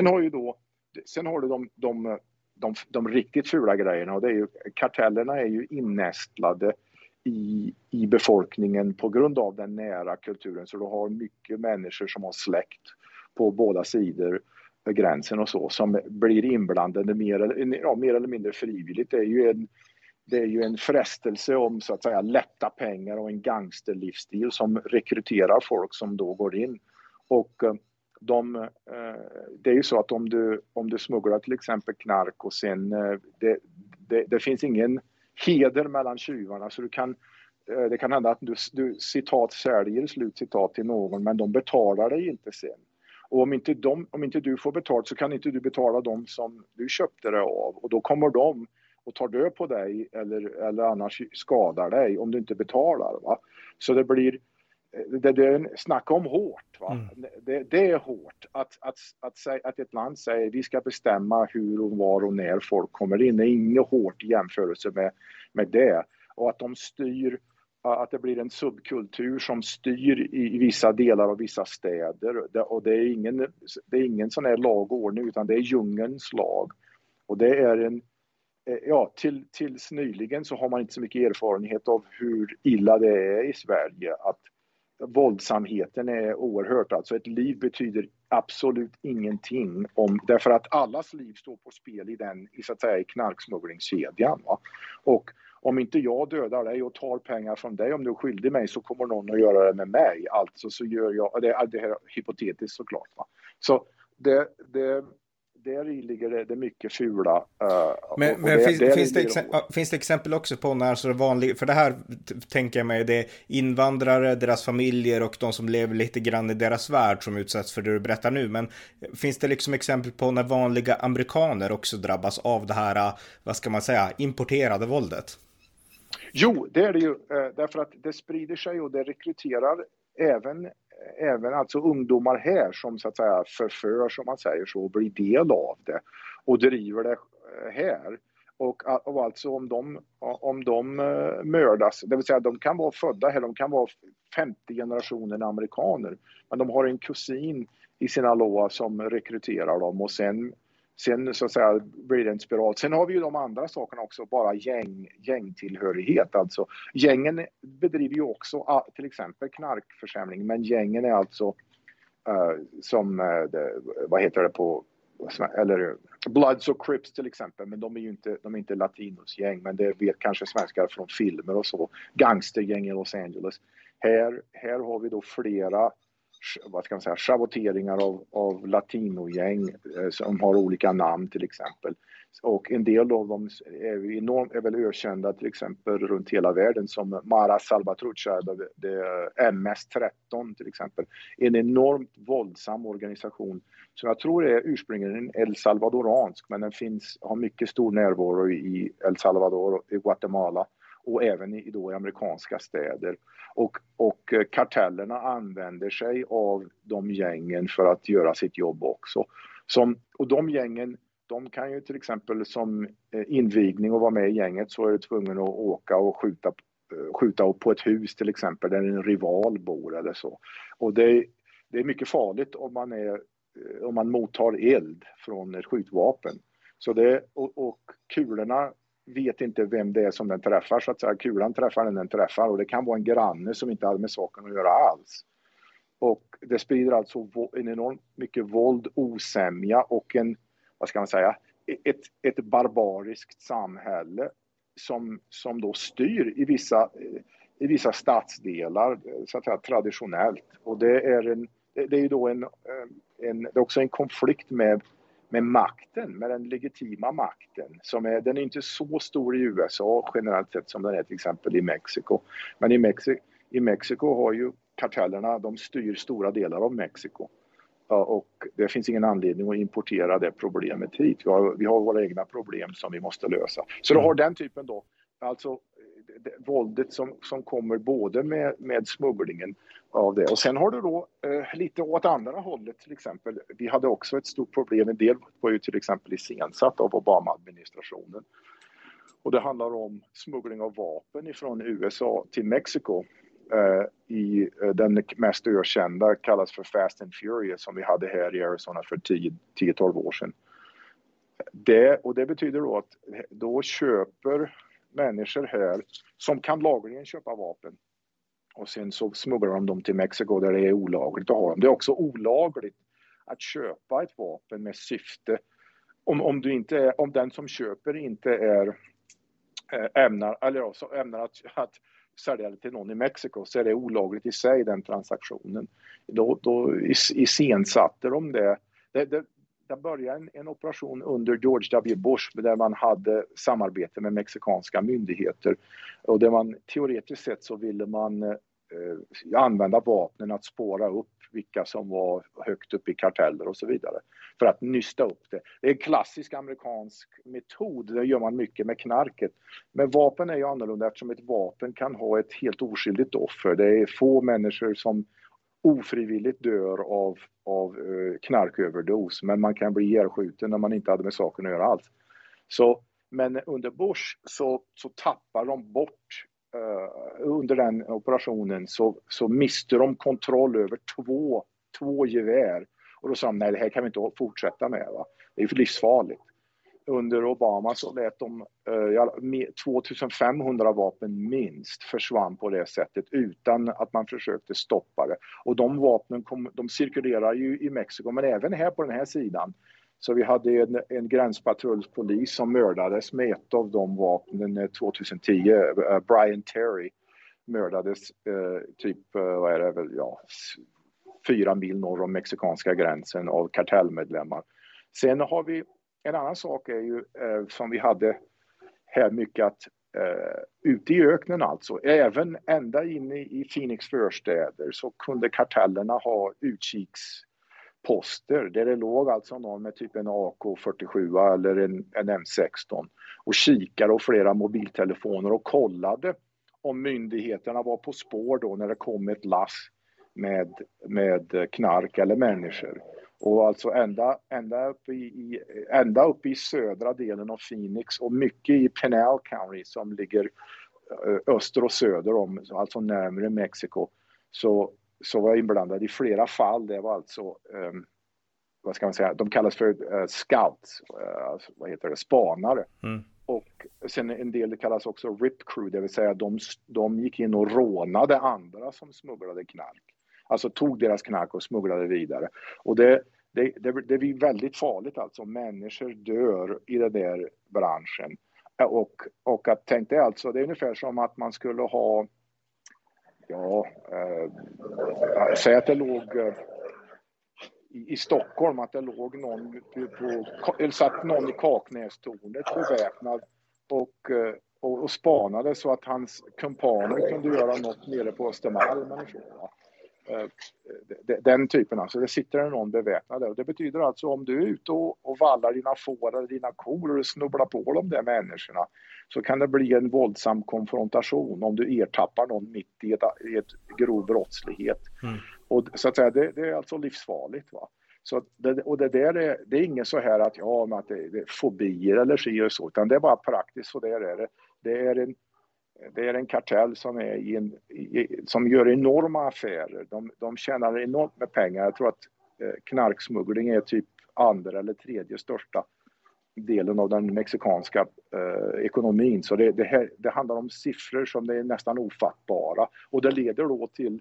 Sen har du de riktigt fula grejerna och det är ju kartellerna är ju innästlade i befolkningen på grund av den nära kulturen, så du har mycket människor som har släkt på båda sidor gränsen och så som blir inblandade mer eller mindre frivilligt. Det är ju en frestelse om så att säga lätta pengar och en gangsterlivsstil som rekryterar folk som då går in. Och det är ju så att om du smugglar till exempel knark och sen det finns ingen heder mellan tjuvarna, så det kan hända att du citat säljer slutcitat till någon, men de betalar dig inte sen. Och om inte du får betalt så kan inte du betala dem som du köpte det av. Och då kommer de och tar död på dig eller annars skadar dig om du inte betalar. Va? Så det blir snacka om hårt. Va? Det är hårt att ett land säger vi ska bestämma hur och var och när folk kommer in. Det är inget hårt i jämförelse med det. Och att de styr, att det blir en subkultur som styr i vissa delar av vissa städer. Och det är ingen sån här lag och ordning, utan det är djungelns lag. Och det är tills nyligen så har man inte så mycket erfarenhet av hur illa det är i Sverige. våldsamheten är oerhört. Alltså ett liv betyder absolut ingenting därför att allas liv står på spel så att säga, i knarksmugglingskedjan. Va? Och om inte jag dödar dig och tar pengar från dig, om du är skyldig mig, så kommer någon att göra det med mig. Alltså så gör jag, det här är hypotetiskt såklart. Va? Så där ligger det mycket fula. Finns det exempel också på när så vanligt, för det här tänker jag mig, det är invandrare, deras familjer och de som lever lite grann i deras värld som utsätts för det du berättar nu, men finns det liksom exempel på när vanliga amerikaner också drabbas av det här, vad ska man säga, importerade våldet? Jo, det är det ju, därför att det sprider sig och det rekryterar även alltså ungdomar här som så att säga förför, som man säger så, och blir del av det och driver det här. Och alltså om de mördas, det vill säga de kan vara födda här, de kan vara 50 generationer amerikaner, men de har en kusin i Sinaloa som rekryterar dem och sen så att säga blir det en spiral. Sen har vi ju de andra sakerna också, bara gängtillhörighet. Alltså gängen bedriver ju också till exempel knarkförsäljning, men gängen är alltså vad heter det på, eller Bloods och Crips till exempel, men de är inte latinos gäng, men det vet kanske svenskar från filmer och så. Gangstergäng i Los Angeles. Här har vi då flera, vad ska man säga, schavoteringar av latinogäng som har olika namn till exempel. Och en del av dem är väl ökända till exempel runt hela världen, som Mara Salvatrucha, det är MS-13 till exempel. En enormt våldsam organisation som jag tror är ursprungligen El Salvadoransk, men den har mycket stor närvaro i El Salvador och i Guatemala och även i amerikanska städer. Och kartellerna använder sig av de gängen för att göra sitt jobb också. Och de gängen, de kan ju till exempel som invigning och vara med i gänget, så är du tvungen att åka och skjuta på ett hus till exempel där en rival bor eller så. Och det är mycket farligt om man mottar eld från ett skjutvapen. Så och kulorna vet inte vem det är som den träffar, så att säga. Kulan träffar den träffar, och det kan vara en granne som inte hade med saken att göra alls. Och det sprider alltså en enormt mycket våld, osämja och vad ska man säga, ett barbariskt samhälle som då styr i vissa stadsdelar så att säga traditionellt. Och det är ju då det är också en konflikt med makten, med den legitima makten. Den är inte så stor i USA generellt sett som den är till exempel i Mexiko. Men i Mexiko har ju kartellerna, de styr stora delar av Mexiko. Och det finns ingen anledning att importera det problemet hit. Vi har våra egna problem som vi måste lösa. Så du har den typen då, alltså våldet som kommer både med smugglingen av det. Och sen har du då lite åt andra hållet till exempel. Vi hade också ett stort problem, en del var ju till exempel iscensatt av Obama-administrationen. Och det handlar om smuggling av vapen från USA till Mexiko. I den mest ökända kallas för Fast and Furious, som vi hade här i Arizona för 10-12 år sedan. Det betyder då att då köper människor här som kan lagligen köpa vapen, och sen så smugglar de dem till Mexiko där det är olagligt att ha dem. Det är också olagligt att köpa ett vapen med syfte, om den som köper inte ämnar att sälja det till någon i Mexiko, så är det olagligt i sig, den transaktionen. Då iscensatte de det. Det började en operation under George W. Bush där man hade samarbete med mexikanska myndigheter, och där man teoretiskt sett så ville man använda vapnen att spåra upp vilka som var högt upp i karteller och så vidare, för att nysta upp det. Det är en klassisk amerikansk metod, det gör man mycket med knarket. Men vapen är ju annorlunda, eftersom ett vapen kan ha ett helt oskyldigt offer. Det är få människor som ofrivilligt dör av knarköverdos, men man kan bli ihjälskjuten när man inte hade med saken att göra alls. Men under Bush så tappar de bort under den operationen så mister de kontroll över två gevär, och då sa de nej, det här kan vi inte fortsätta med, va? Det är för livsfarligt. under Obama så lät de 2500 vapen minst försvann på det sättet utan att man försökte stoppa det. Och de vapnen de cirkulerar ju i Mexiko, men även här på den här sidan. Så vi hade en gränspatrullpolis som mördades med ett av de vapnen 2010. Brian Terry mördades vad är det väl, 4 mil norr om mexikanska gränsen av kartellmedlemmar. Sen har vi en annan sak är ju som vi hade här mycket att ute i öknen alltså, även ända inne i Phoenix förstäder så kunde kartellerna ha utkiksposter där det låg alltså någon med typ en AK-47 eller en M16 och kikade och flera mobiltelefoner och kollade om myndigheterna var på spår då när det kom ett lass med knark eller människor. Och alltså ända upp i södra delen av Phoenix och mycket i Pinal County som ligger öster och söder om, alltså närmare Mexiko, så var jag inblandad i flera fall. Det var alltså, vad ska man säga, de kallas för scouts, alltså, vad heter det, spanare. Och sen en del kallas också rip crew, det vill säga de gick in och rånade andra som smugglade knark. Alltså tog deras knark och smugglade vidare. Och det blir väldigt farligt alltså. Människor dör i den där branschen. Och att tänka dig alltså, det är ungefär som att man skulle ha, säg att det låg i Stockholm, att det låg någon eller satt någon i Kaknästornet beväpnad och spanade så att hans kumpaner kunde göra något nere på Östermalm eller så. Den typen, alltså det sitter någon beväpnad där. Och det betyder alltså om du är ute och vallar dina får eller dina kor och snubblar på de där människorna, så kan det bli en våldsam konfrontation om du ertappar någon mitt i ett grov brottslighet. Och så att säga, det är alltså livsfarligt, va. Så det där det är ingen så här att det är fobier eller så, utan det är bara praktiskt, så där är det. Det är en kartell som som gör enorma affärer. De tjänar enormt med pengar. Jag tror att knarksmuggling är typ andra eller tredje största delen av den mexikanska ekonomin. Så det handlar om siffror som är nästan ofattbara. Och det leder då till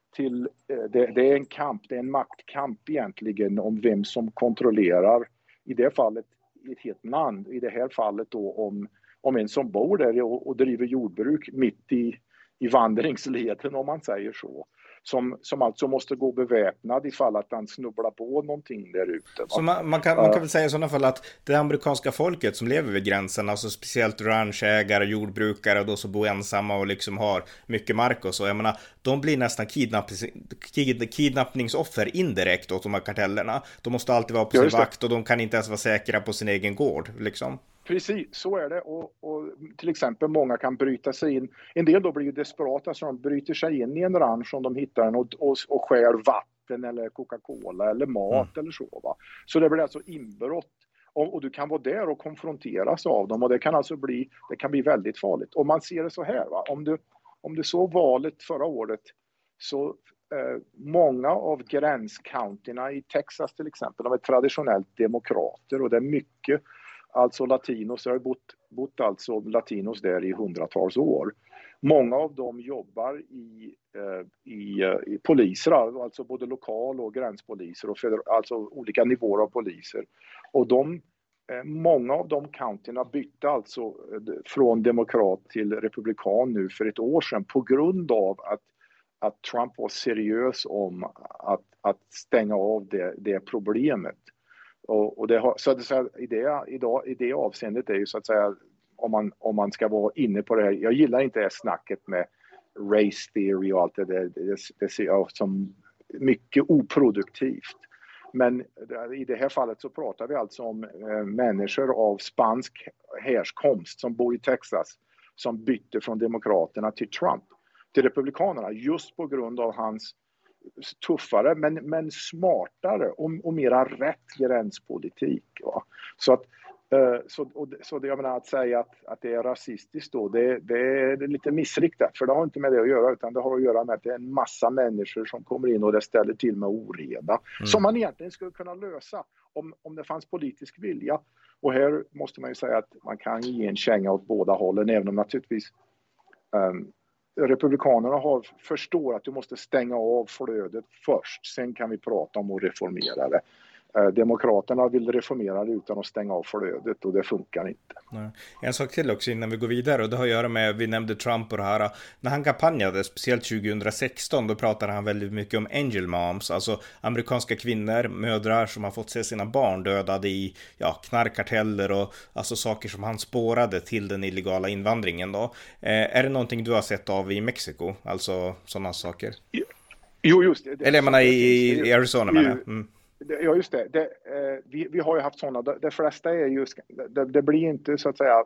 det är en kamp, det är en maktkamp egentligen om vem som kontrollerar, i det fallet i ett helt land, i det här fallet då om en som bor där och driver jordbruk mitt i vandringsleden, om man säger så. Som alltså måste gå beväpnad ifall att han snubblar på någonting där ute. Så man kan väl säga i sådana fall att det amerikanska folket som lever vid gränsen, alltså speciellt ranchägare, jordbrukare då som bor ensamma och liksom har mycket mark och så, jag menar, de blir nästan kidnappningsoffer indirekt åt de här kartellerna. De måste alltid vara på sin vakt och de kan inte ens vara säkra på sin egen gård liksom. Precis, så är det. Och till exempel många kan bryta sig in. En del då blir ju desperata så de bryter sig in i en ranch om de hittar den och skär vatten eller Coca-Cola eller mat eller så. Va? Så det blir alltså inbrott. Och du kan vara där och konfronteras av dem, och det kan alltså bli väldigt farligt. Och man ser det så här, va? Om du såg valet förra året, så många av gränscountyna i Texas till exempel, de är traditionellt demokrater, och det är mycket alltså latinos. Det har bott alltså latinos där i hundratals år. Många av dem jobbar i poliser, alltså både lokal- och gränspoliser och alltså olika nivåer av poliser. Och många av de countyna bytte alltså från demokrat till republikan nu för ett år sedan på grund av att Trump var seriös om att stänga av det problemet. Och det har, så att säga, i det avseendet är ju så att säga, om man ska vara inne på det här, jag gillar inte det här snacket med race theory och allt det där, det ser jag som mycket oproduktivt. Men i det här fallet så pratar vi alltså om människor av spansk härkomst som bor i Texas, som bytte från demokraterna till Trump, till republikanerna, just på grund av hans tuffare men smartare och mera rätt gränspolitik. Va? Så att Så det, jag menar, att säga att det är rasistiskt då, det är lite missriktat, för det har inte med det att göra, utan det har att göra med att det är en massa människor som kommer in och det ställer till med oreda, som man egentligen skulle kunna lösa om det fanns politisk vilja. Och här måste man ju säga att man kan ge en känga åt båda hållen, även om naturligtvis republikanerna förstår att du måste stänga av flödet först, sen kan vi prata om att reformera det. Demokraterna vill reformera det utan att stänga av flödet, och det funkar inte. Nej. En sak till också innan vi går vidare, och det har att göra med, vi nämnde Trump och det här. När han kampanjade, speciellt 2016, då pratade han väldigt mycket om angel moms, alltså amerikanska kvinnor, mödrar som har fått se sina barn dödade i knarkkarteller och alltså saker som han spårade till den illegala invandringen då. Är det någonting du har sett av i Mexiko? Alltså sådana saker? Jo, just det. Eller jag menar i Arizona menar jag. Ja, just det. Vi har ju haft sådana. De flesta är ju... Det blir inte så att säga...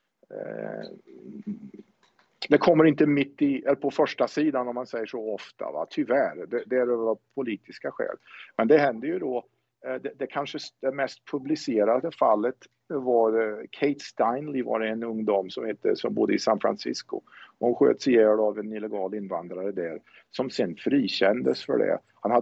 Det kommer inte mitt i, eller på första sidan om man säger så ofta. Va? Tyvärr. Det är av politiska skäl. Men det händer ju då... Det kanske det mest publicerade fallet var Kate Steinle, var det en ung dam som bodde i San Francisco. Hon sköts ihjäl av en illegal invandrare där, som sen frikändes för det.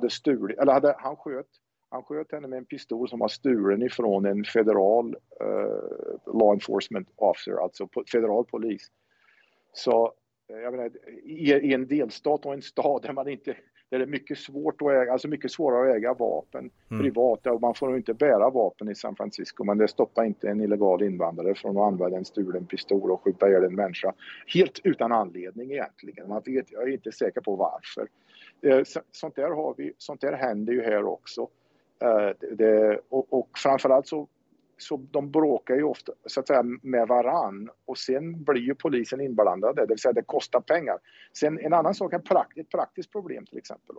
Han sköt henne med en pistol som var stulen ifrån en federal law enforcement officer, alltså federal polis. Så jag menar, i en delstat och en stad där det är mycket svårt att äga, alltså mycket svårare att äga vapen privat, och man får nog inte bära vapen i San Francisco, men det stoppar inte en illegal invandrare från att använda en stulen pistol och skjuta ihjäl en människa helt utan anledning egentligen. Jag är inte säker på varför. Sånt där händer ju här också. Och framförallt så de bråkar ju ofta så att säga med varann, och sen blir ju polisen inblandad, det vill säga det kostar pengar. Sen en annan sak, ett praktiskt problem till exempel.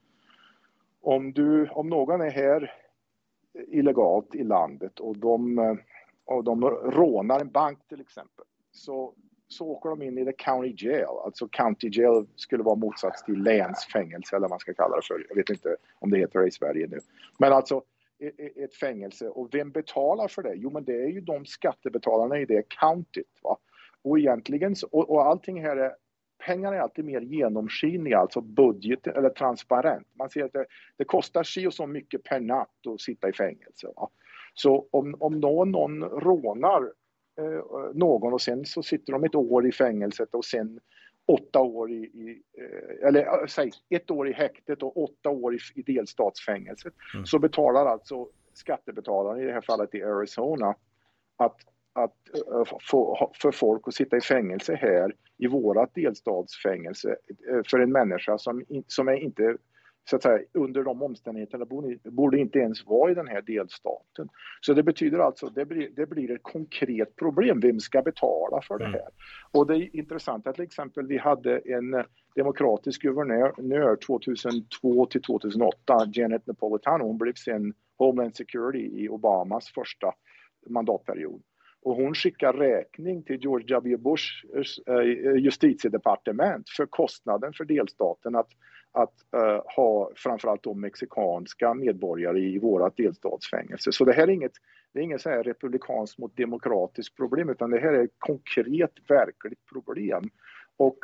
Om någon är här illegalt i landet och de rånar en bank till exempel, så åker de in i the county jail. Alltså county jail skulle vara motsats till länsfängelse, eller vad man ska kalla det för. Jag vet inte om det heter det i Sverige nu. Men alltså ett fängelse. Och vem betalar för det? Jo, men det är ju de skattebetalarna i det countyt. Va? Och egentligen, och allting här är, pengar är alltid mer genomskinliga, alltså budget eller transparent. Man ser att det kostar sig och så mycket per natt att sitta i fängelse. Va? Så om någon rånar någon och sen så sitter de ett år i fängelset och sen 8 år säg 1 år i häktet och 8 år i delstatsfängelset, så betalar alltså skattebetalaren, i det här fallet i Arizona, att för folk att sitta i fängelse här i vårat delstatsfängelse för en människa som är inte så att säga under de omständigheterna borde inte ens vara i den här delstaten. Så det betyder alltså det blir ett konkret problem. Vem ska betala för det här? Och det är intressant att till exempel vi hade en demokratisk guvernör 2002 till 2008, Janet Napolitano. Hon blev sen Homeland Security i Obamas första mandatperiod. Och hon skickar räkning till George W. Bushs justitiedepartement för kostnaden för delstaten att ha framförallt de mexikanska medborgare i vårat delstatsfängelse. Så det här är inget så här republikanskt mot demokratiskt problem, utan det här är ett konkret, verkligt problem. Och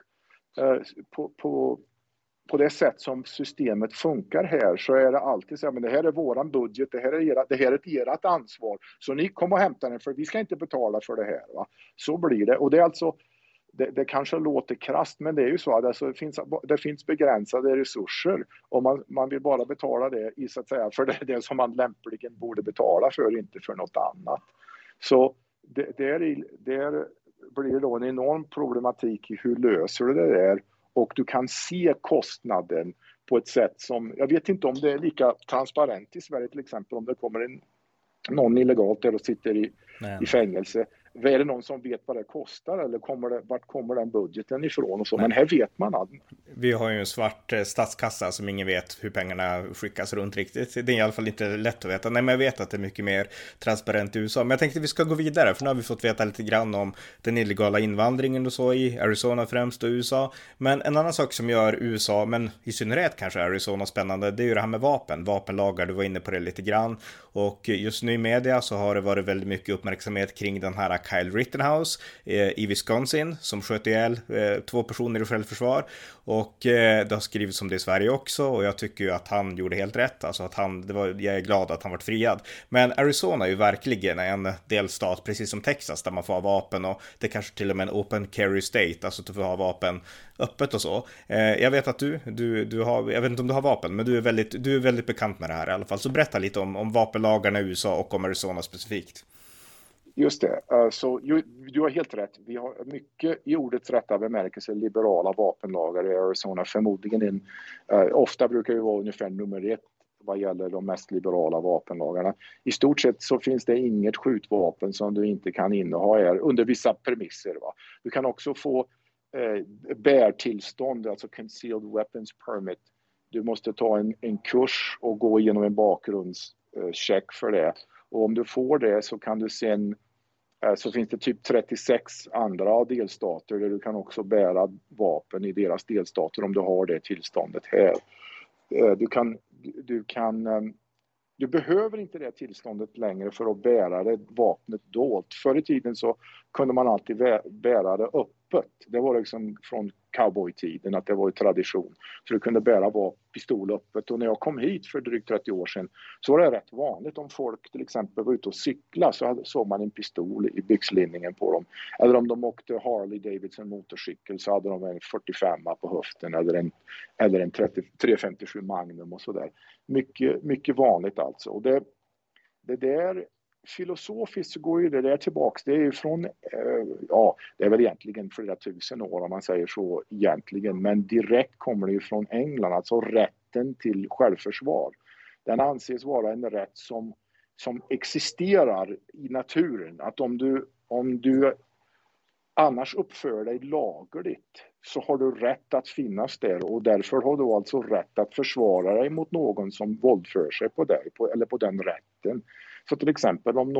på det sätt som systemet funkar här så är det alltid så här, men det här är våran budget, det här är ert ansvar. Så ni kommer och hämta den, för vi ska inte betala för det här. Va? Så blir det. Och det är alltså, det kanske låter krasst, men det är ju så att alltså, det finns begränsade resurser och man vill bara betala det i, så att säga, för det som man lämpligen borde betala för, inte för något annat. Så där blir det då en enorm problematik i hur löser du det där, och du kan se kostnaden på ett sätt som, jag vet inte om det är lika transparent i Sverige till exempel, om det kommer någon illegalt där och sitter i fängelse. Är det någon som vet vad det kostar eller vart kommer den budgeten ifrån och så? Men här vet man allt. Vi har ju en svart statskassa som ingen vet hur pengarna skickas runt riktigt. Det är i alla fall inte lätt att veta. Nej, men jag vet att det är mycket mer transparent i USA. Men jag tänkte att vi ska gå vidare, för nu har vi fått veta lite grann om den illegala invandringen och så i Arizona främst och USA. Men en annan sak som gör USA, men i synnerhet kanske Arizona spännande, det är ju det här med vapenlagar. Du var inne på det lite grann. Och just nu i media så har det varit väldigt mycket uppmärksamhet kring den här Kyle Rittenhouse i Wisconsin som sköt ihjäl 2 personer i självförsvar. Och det har skrivits om det i Sverige också, och jag tycker ju att han gjorde helt rätt. Alltså att jag är glad att han var friad. Men Arizona är ju verkligen en delstat, precis som Texas, där man får ha vapen, och det är kanske till och med en open carry state, alltså att du får ha vapen öppet och så. Jag vet att du har, jag vet inte om du har vapen, men du är väldigt bekant med det här i alla fall. Så berätta lite om vapenlagarna i USA och om Arizona specifikt. Just det, så du har helt rätt. Vi har mycket i ordets rätta bemärkelse liberala vapenlagar i Arizona. Förmodligen ofta brukar det vara ungefär nummer 1 vad gäller de mest liberala vapenlagarna. I stort sett så finns det inget skjutvapen som du inte kan inneha här under vissa premisser. Va? Du kan också få bärtillstånd, alltså concealed weapons permit. Du måste ta en kurs och gå igenom en bakgrundscheck för det. Och om du får det så kan du sen, så finns det typ 36 andra delstater där du kan också bära vapen i deras delstater om du har det tillståndet här. Du behöver inte det tillståndet längre för att bära det vapnet dolt. Förr i tiden så kunde man alltid bära det öppet. Det var liksom från cowboytiden att det var en tradition. Så du kunde bära pistol öppet. Och när jag kom hit för drygt 30 år sedan så var det rätt vanligt om folk till exempel var ute och cykla så såg man en pistol i byxlinningen på dem. Eller om de åkte Harley Davidson motorcykel så hade de en 45 på höften eller en 357 Magnum och sådär. Mycket vanligt alltså. Och det där filosofiskt så går ju det där tillbaks. Det är ju från, det är väl egentligen flera tusen år om man säger så egentligen. Men direkt kommer det ju från England, alltså rätten till självförsvar. Den anses vara en rätt som existerar i naturen. Att om du annars uppför dig lagligt så har du rätt att finnas där och därför har du alltså rätt att försvara dig mot någon som våldför sig på dig eller på den rätten. Så till exempel om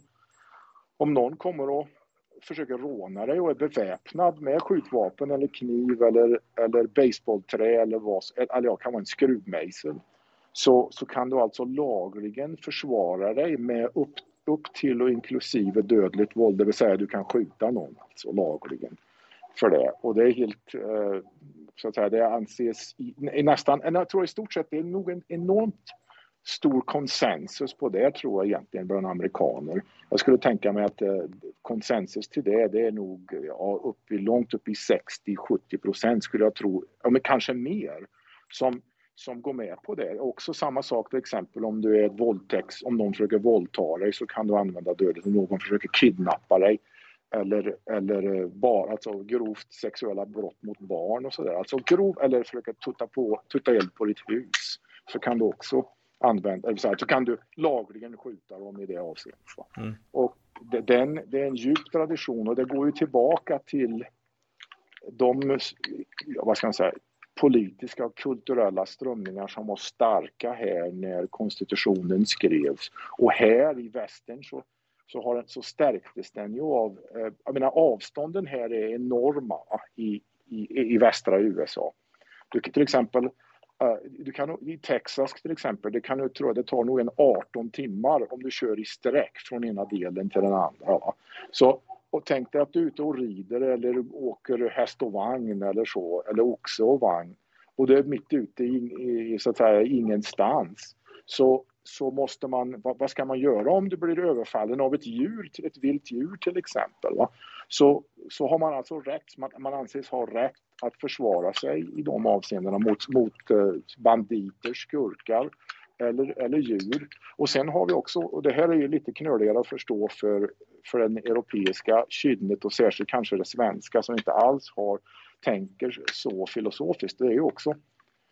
någon kommer och försöker råna dig och är beväpnad med skjutvapen eller kniv eller baseballträ eller kan vara en skruvmejsel så kan du alltså lagligen försvara dig med upp till och inklusive dödligt våld, det vill säga du kan skjuta någon alltså lagligen för det. Och det är helt så att säga, det anses jag tror i stort sett det är nog en enormt stor konsensus på det tror jag egentligen bland amerikaner. Jag skulle tänka mig att konsensus till det är nog långt upp i 60-70% skulle jag tro, men kanske mer som går med på det. Också samma sak till exempel om du är om någon försöker våldta dig så kan du använda dödet om någon försöker kidnappa dig eller bara alltså grovt sexuella brott mot barn och sådär. Alltså eller försöka tutta eld på ditt hus så kan du också så kan du lagligen skjuta dem i det avseendet. Mm. Och det är en djup tradition och det går ju tillbaka till de politiska och kulturella strömningar som var starka här när konstitutionen skrevs. Och här i västern så stärktes den ju av, avstånden här är enorma i västra USA. Till exempel i Texas till exempel, det tar nog 18 timmar om du kör i sträck från ena delen till den andra. Va? Så, och tänk dig att du är ute och rider eller åker häst och vagn eller så, eller oxe och vagn. Och det är mitt ute i så att säga ingenstans. Så måste man, vad ska man göra om du blir överfallen av ett vilt djur till exempel? Va? Så har man alltså rätt, man anses ha rätt att försvara sig i de avseendena mot banditer, skurkar eller djur. Och sen har vi också, och det här är ju lite knöligare att förstå för den europeiska kynnet och särskilt kanske det svenska som inte alls tänker så filosofiskt. Det är ju också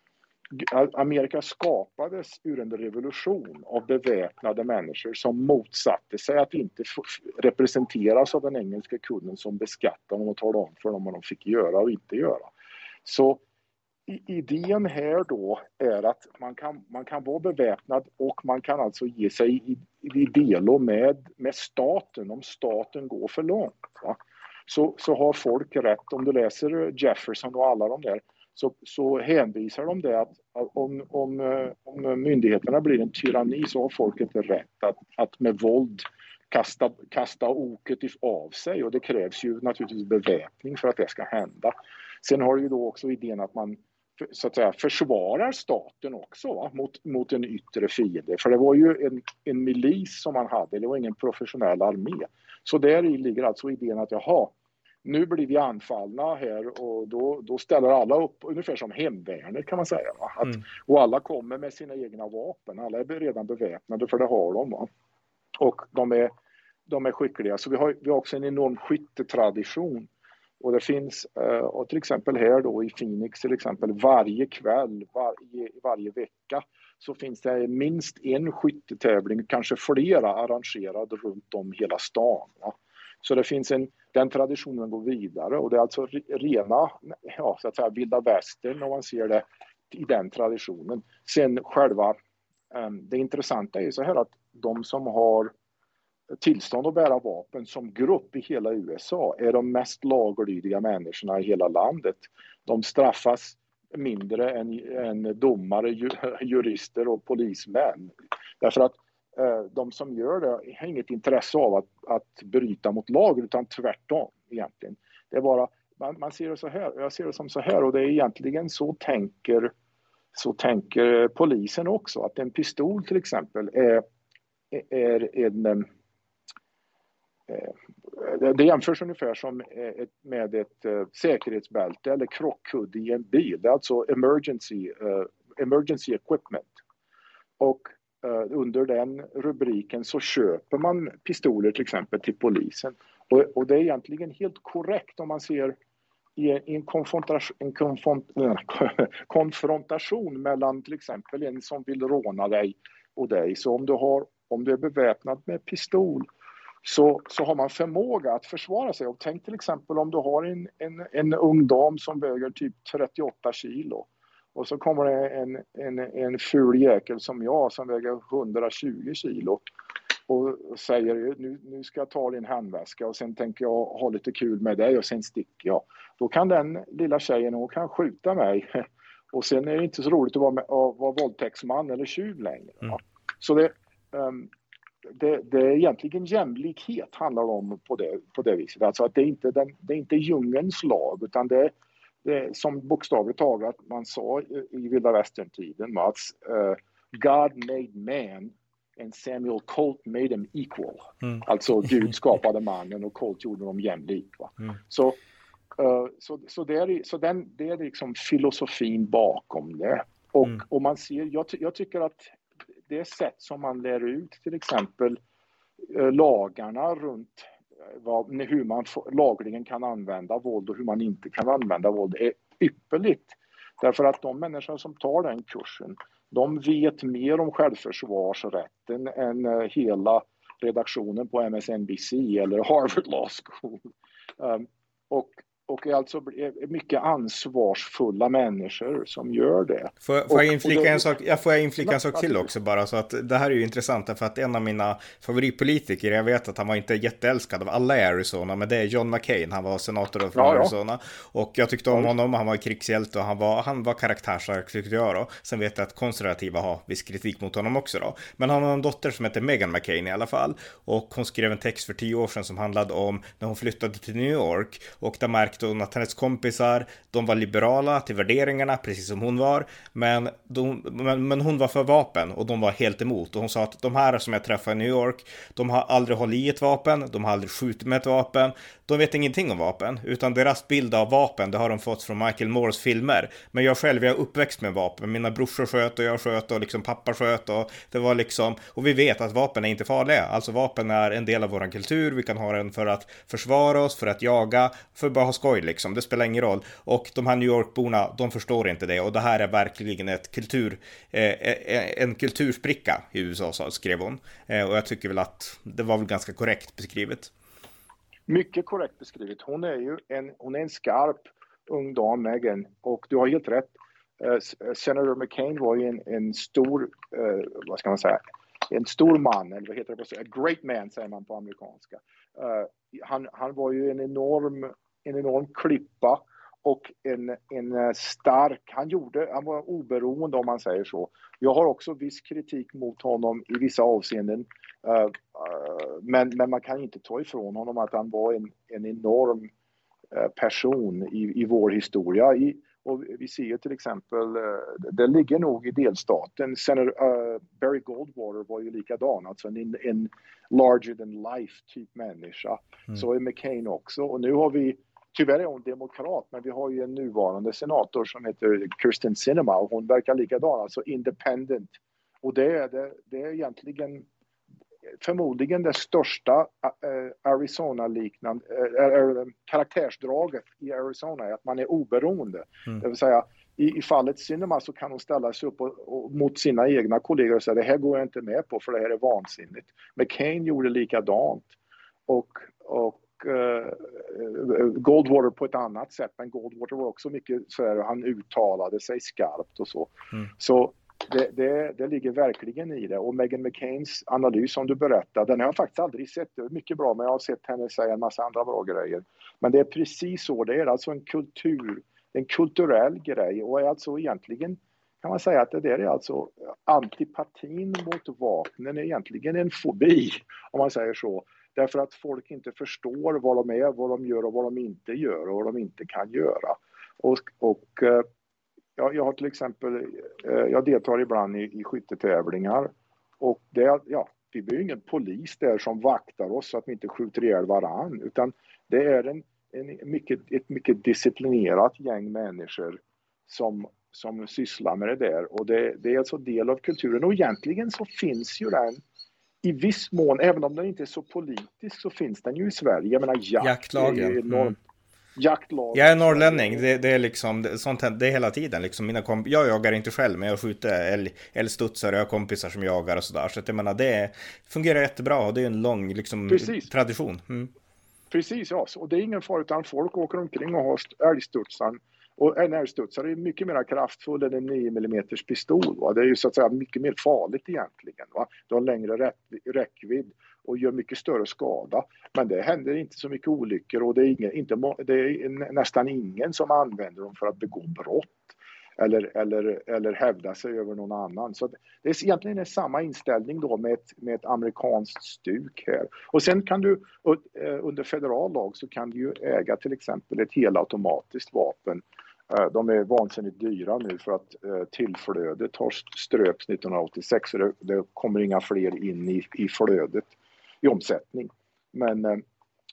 Amerika skapades ur en revolution av beväpnade människor som motsatte sig att inte representeras av den engelska kungen som beskattade dem och talade om för dem vad de fick göra och inte göra. Så idén här då är att man kan vara beväpnad och man kan alltså ge sig i delo med staten om staten går för långt. Va? Så har folk rätt, om du läser Jefferson och alla de där, så hänvisar de det att om myndigheterna blir en tyranni så har folket rätt att med våld kasta oket av sig, och det krävs ju naturligtvis beväpning för att det ska hända. Sen har du ju då också idén att man så att säga försvarar staten också, va? Mot en yttre fiende, för det var ju en milis som man hade, det var ingen professionell armé. Så där ligger alltså idén att nu blir vi anfallna här, och då ställer alla upp ungefär som hemvärnet kan man säga. Va? Och alla kommer med sina egna vapen. Alla är redan beväpnade, för det har de. Va? Och de är skickliga. Så vi har också en enorm skyttetradition. Och det finns, och till exempel här då i Phoenix till exempel, varje kväll, varje vecka så finns det minst en skyttetävling, kanske flera arrangerade runt om hela stan. Va? Så det finns den traditionen går vidare, och det är alltså rena, så att säga, vilda västern om man ser det i den traditionen. Sen själva, det intressanta är ju så här att de som har tillstånd att bära vapen som grupp i hela USA är de mest laglydiga människorna i hela landet. De straffas mindre än domare, jurister och polismän. Därför att de som gör det har inget intresse av att bryta mot lag, utan tvärtom egentligen. Det är bara, man ser det så här, jag ser det som så här, och det är egentligen så tänker polisen också, att en pistol till exempel det jämförs ungefär som med ett säkerhetsbälte eller krockkudde i en bil. Det är alltså emergency equipment. Och under den rubriken så köper man pistoler till exempel till polisen. Och det är egentligen helt korrekt om man ser i en konfrontation mellan till exempel en som vill råna dig och dig. Så om du är beväpnad med pistol så har man förmåga att försvara sig. Och tänk till exempel om du har en ung dam som väger typ 38 kilo. Och så kommer det en ful jäkel som jag som väger 120 kilo och säger nu ska jag ta din handväska och sen tänker jag ha lite kul med dig och sen sticker jag. Då kan den lilla tjejen och kan skjuta mig. Och sen är det inte så roligt att vara våldtäktsman eller tjuv längre. Mm. Så det är egentligen jämlikhet handlar om på det viset. Alltså att det är inte djungelns lag, utan det är som bokstavligt taget man sa i vilda västern-tiden, att God made man and Samuel Colt made them equal. Mm. Alltså Gud skapade mannen och Colt gjorde dem jämlik. Va? Mm. Så det är liksom filosofin bakom det. Och man ser, jag tycker att det sätt som man lär ut till exempel lagarna runt hur man lagligen kan använda våld och hur man inte kan använda våld är ypperligt. Därför att de människor som tar den kursen, de vet mer om självförsvarsrätten än hela redaktionen på MSNBC eller Harvard Law School. Och är alltså mycket ansvarsfulla människor som gör det. Får jag inflika en sak till också bara, så att det här är ju intressant för att en av mina favoritpolitiker, jag vet att han var inte jätteälskad av alla i Arizona, men det är John McCain, han var senator från Arizona och jag tyckte om honom, han var krigshjälte och han var karaktärstark tyckte jag då. Sen vet jag att konservativa har viss kritik mot honom också då, men han har en dotter som heter Meghan McCain i alla fall, och hon skrev en text för 10 år sedan som handlade om när hon flyttade till New York, och där märkte hon att hennes kompisar, de var liberala till värderingarna precis som hon var, men hon var för vapen och de var helt emot, och hon sa att de här som jag träffade i New York, de har aldrig hållit i ett vapen, de har aldrig skjutit med ett vapen, de vet ingenting om vapen, utan deras bild av vapen det har de fått från Michael Moores filmer, men jag själv är uppväxt med vapen, mina brorsor sköt och jag sköt och liksom pappa sköt, och det var liksom, och vi vet att vapen är inte farliga, alltså vapen är en del av vår kultur, vi kan ha den för att försvara oss, för att jaga, för att bara ha skoj skoj liksom, det spelar ingen roll. Och de här New York-borna, de förstår inte det. Och det här är verkligen en kulturspricka i USA, skrev hon. Och jag tycker väl att det var väl ganska korrekt beskrivet. Mycket korrekt beskrivet. Hon är en skarp ung dam, Meghan. Och du har helt rätt. Senator McCain var ju en stor, vad ska man säga, en stor man, eller vad heter det på svenska? A great man säger man på amerikanska. Han var ju en enorm klippa och en stark, han var oberoende om man säger så. Jag har också viss kritik mot honom i vissa avseenden, men man kan inte ta ifrån honom att han var en enorm person i vår historia. Och vi ser ju till exempel, det ligger nog i delstaten, Barry Goldwater var ju likadan, alltså en larger than life typ människa. Så är McCain också. Och nu har vi, tyvärr är hon demokrat, men vi har ju en nuvarande senator som heter Kyrsten Sinema och hon verkar likadan, alltså independent. Och det är egentligen förmodligen det största Arizona-liknande karaktärsdraget i Arizona är att man är oberoende. Det vill säga, i fallet Sinema så kan hon ställa sig upp och mot sina egna kollegor och säga det här går jag inte med på för det här är vansinnigt. McCain gjorde likadant och Goldwater på ett annat sätt, men Goldwater var också mycket så här, han uttalade sig skarpt och så. Så det ligger verkligen i det. Och Meghan McCains analys som du berättade, den har jag faktiskt aldrig sett. Det är mycket bra, men jag har sett henne säga en massa andra bra grejer. Men det är precis så. Det är alltså en kulturell grej. Och är alltså egentligen, kan man säga att det där är alltså antipatin mot vapnen är egentligen en fobi, om man säger så. Därför att folk inte förstår vad de är, vad de gör och vad de inte gör och vad de inte kan göra. Jag har till exempel, jag deltar ibland i skyttetävlingar och vi blir ingen polis där som vaktar oss så att vi inte skjuter ihjäl varann, utan det är ett mycket disciplinerat gäng människor som sysslar med det där, och det är alltså del av kulturen. Och egentligen så finns ju den i viss mån, även om den inte är så politisk, så finns den ju i Sverige. Jag menar, jaktlagen. Jaktlag. Jag är norrlänning, det är liksom sånt, det är hela tiden liksom jag jagar inte själv, men jag skjuter älgstudsare och jag har kompisar som jagar och sådär, så att jag menar, det fungerar jättebra och det är en lång liksom tradition. Precis, ja, och det är ingen fara, utan folk åker omkring och har älgstudsaren, och en älgstudsare är mycket mer kraftfull än en 9 mm pistol, va? Det är ju så att säga mycket mer farligt egentligen, va? Det har längre räckvidd och gör mycket större skada. Men det händer inte så mycket olyckor, och det är nästan ingen som använder dem för att begå brott eller hävda sig över någon annan. Så det är egentligen samma inställning då med ett amerikanskt stuk här. Och sen kan du under federal lag så kan du ju äga till exempel ett helautomatiskt vapen. De är vansinnigt dyra nu för att tillflödet har ströps 1986, så det kommer inga fler in i flödet i omsättning. Men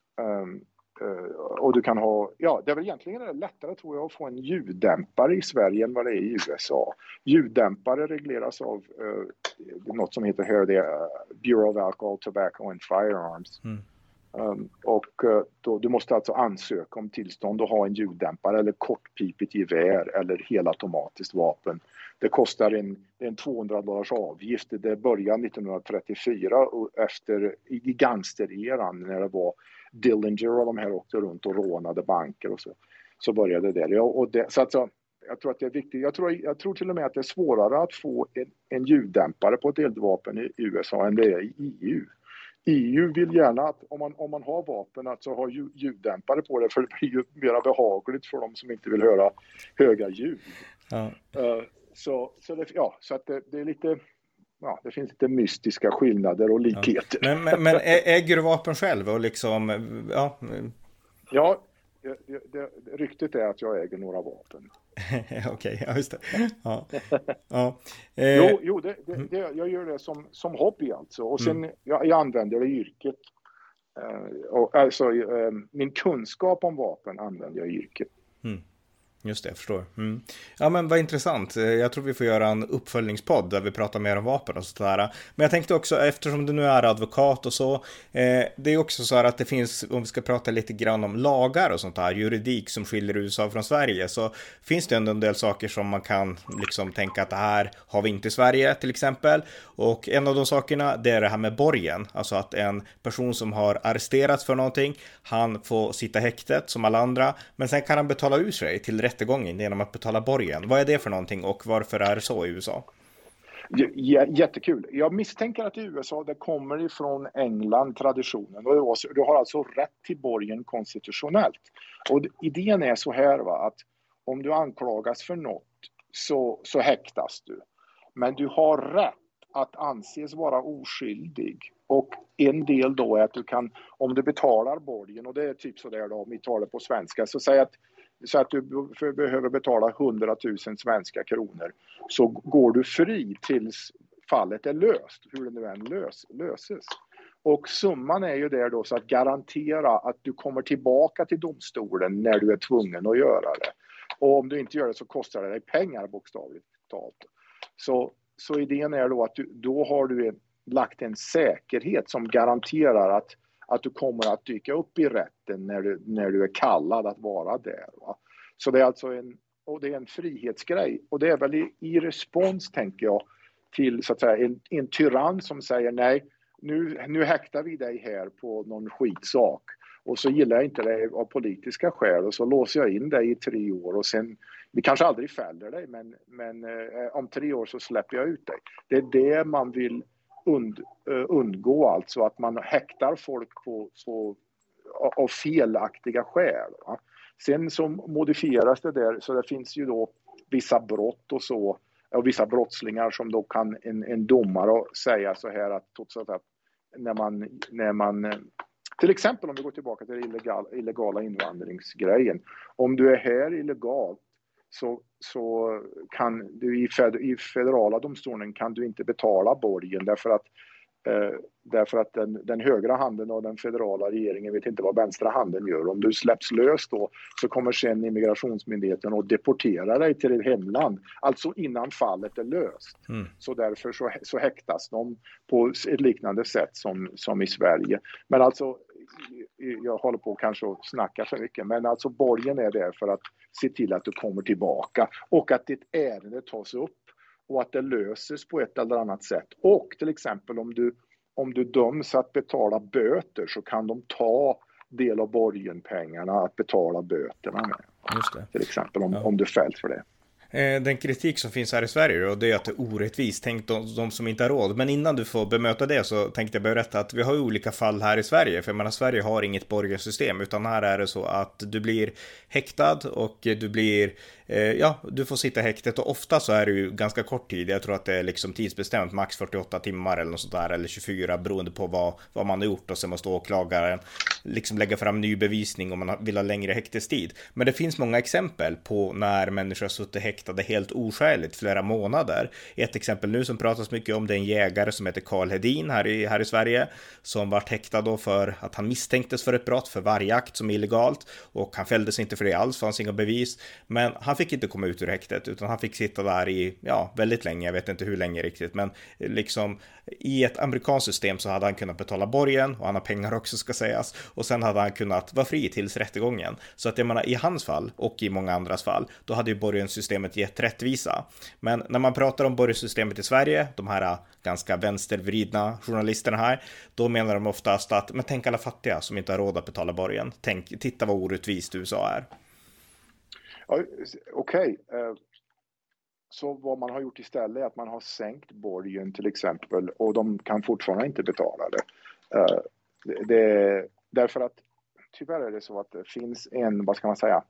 och du kan ha, det är väl egentligen lättare, tror jag, att få en ljuddämpare i Sverige än vad det är i USA. Ljuddämpare regleras av något som heter här, Bureau of Alcohol, Tobacco and Firearms. Och då, du måste alltså ansöka om tillstånd att ha en ljuddämpare eller kortpipigt gevär eller helautomatiskt vapen. Det kostar en $200 avgift. Det började 1934 och i gangstereran när det var Dillinger och de här åkte runt och rånade banker och så började det där. Så alltså, jag tror att det är viktigt. Jag tror till och med att det är svårare att få en ljuddämpare på ett eldvapen i USA än det är i EU. EU vill gärna att om man har vapen att så ha ljuddämpare på det, för det blir ju mer behagligt för de som inte vill höra höga ljud. Ja. Så att det är lite, det finns lite mystiska skillnader och likheter. Ja. Men äger du vapen själv och liksom, Ja, ryktet är att jag äger några vapen. Okej, ja, just det. Ja. Jag gör det som hobby alltså. Och sen jag använder det i yrket. Min kunskap om vapen använder jag i yrket. Just det, jag förstår. Ja, men vad intressant. Jag tror vi får göra en uppföljningspodd där vi pratar mer om vapen och sådär. Men jag tänkte också, eftersom du nu är advokat och så, det är också så här att det finns, om vi ska prata lite grann om lagar och sånt där, juridik som skiljer USA från Sverige, så finns det ändå en del saker som man kan liksom tänka att det här har vi inte i Sverige till exempel. Och en av de sakerna, det är det här med borgen. Alltså att en person som har arresterats för någonting, han får sitta häktet som alla andra, men sen kan han betala ut sig till rättegången genom att betala borgen. Vad är det för någonting och varför är det så i USA? Jättekul. Jag misstänker att i USA det kommer ifrån England traditionen. Och du har alltså rätt till borgen konstitutionellt. Och idén är så här, va, att om du anklagas för något så häktas du. Men du har rätt att anses vara oskyldig. Och en del då är att du kan, om du betalar borgen, och det är typ så där då, om vi talar på svenska, så att du behöver betala 100 000 svenska kronor, så går du fri tills fallet är löst, hur det nu än löses. Och summan är ju där då så att garantera att du kommer tillbaka till domstolen när du är tvungen att göra det. Och om du inte gör det så kostar det dig pengar bokstavligt talat. Så idén är då att då har du lagt en säkerhet som garanterar att du kommer att dyka upp i rätten när du är kallad att vara där. Va? Så det är alltså en frihetsgrej. Och det är väl i respons, tänker jag, till så att säga en tyrann som säger nej, nu häktar vi dig här på någon skitsak. Och så gillar jag inte det av politiska skäl och så låser jag in dig i 3 år och sen, vi kanske aldrig fäller dig, men om 3 år så släpper jag ut dig. Det är det man vill undgå, alltså att man häktar folk av felaktiga skäl. Va? Sen så modifieras det där, så det finns ju då vissa brott och så, och vissa brottslingar som då kan en domare säga så här att trots att när man till exempel om vi går tillbaka till illegala invandringsgrejen, om du är här illegalt så kan du i federala domstolen kan du inte betala borgen därför att den högra handen och den federala regeringen vet inte vad vänstra handen gör. Om du släpps lös då så kommer sen immigrationsmyndigheten att deportera dig till ditt hemland, alltså innan fallet är löst. Så därför så häktas de på ett liknande sätt som i Sverige. Men alltså, jag håller på kanske att snacka för mycket, men alltså borgen är där för att se till att du kommer tillbaka och att ditt ärende tas upp och att det löses på ett eller annat sätt. Och till exempel om du döms att betala böter så kan de ta del av borgenpengarna att betala böterna med. Just det. Till exempel om du fälls för det. Den kritik som finns här i Sverige och det är att det är orättvist, tänk de som inte har råd. Men innan du får bemöta det så tänkte jag berätta att vi har ju olika fall här i Sverige. För jag menar, Sverige har inget borgensystem, utan här är det så att du blir häktad och du blir, du får sitta häktet, och ofta så är det ju ganska kort tid. Jag tror att det är liksom tidsbestämt, max 48 timmar eller något sånt där, eller 24 beroende på vad man har gjort, och sen måste åklagaren liksom lägga fram ny bevisning om man vill ha längre häktestid. Men det finns många exempel på när människor har suttit häktade helt oskäligt flera månader. Ett exempel nu som pratas mycket om, det är en jägare som heter Karl Hedin här i Sverige, som var häktad då för att han misstänktes för ett brott för vargjakt som är illegalt, och han fälldes inte för det alls, fanns inga bevis, men han fick inte komma ut ur häktet, utan han fick sitta där i väldigt länge, jag vet inte hur länge riktigt, men liksom i ett amerikanskt system så hade han kunnat betala borgen, och han har pengar också ska sägas, och sen hade han kunnat vara fri tills rättegången. Så att jag menar, i hans fall och i många andras fall, då hade ju borgensystemet gett rättvisa. Men när man pratar om borgensystemet i Sverige, de här ganska vänstervridna journalisterna här, då menar de oftast att, men tänk alla fattiga som inte har råd att betala borgen. Titta vad orättvist USA är. Ja, okej. Så vad man har gjort istället är att man har sänkt borgen till exempel, och de kan fortfarande inte betala det. Därför att tyvärr är det så att det finns vad ska man säga,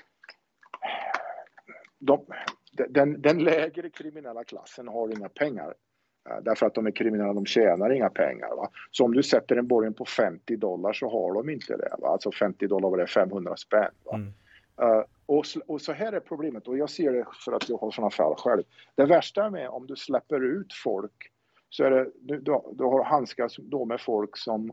den lägre kriminella klassen har inga pengar. Därför att de är kriminella, de tjänar inga pengar. Va? Så om du sätter en borgen på $50 så har de inte det. Va? Alltså $50 var det 500 spänn. Va? Och så här är problemet, och jag ser det för att jag har sådana fall själv. Det värsta med om du släpper ut folk, så är det, du har handskas då med folk som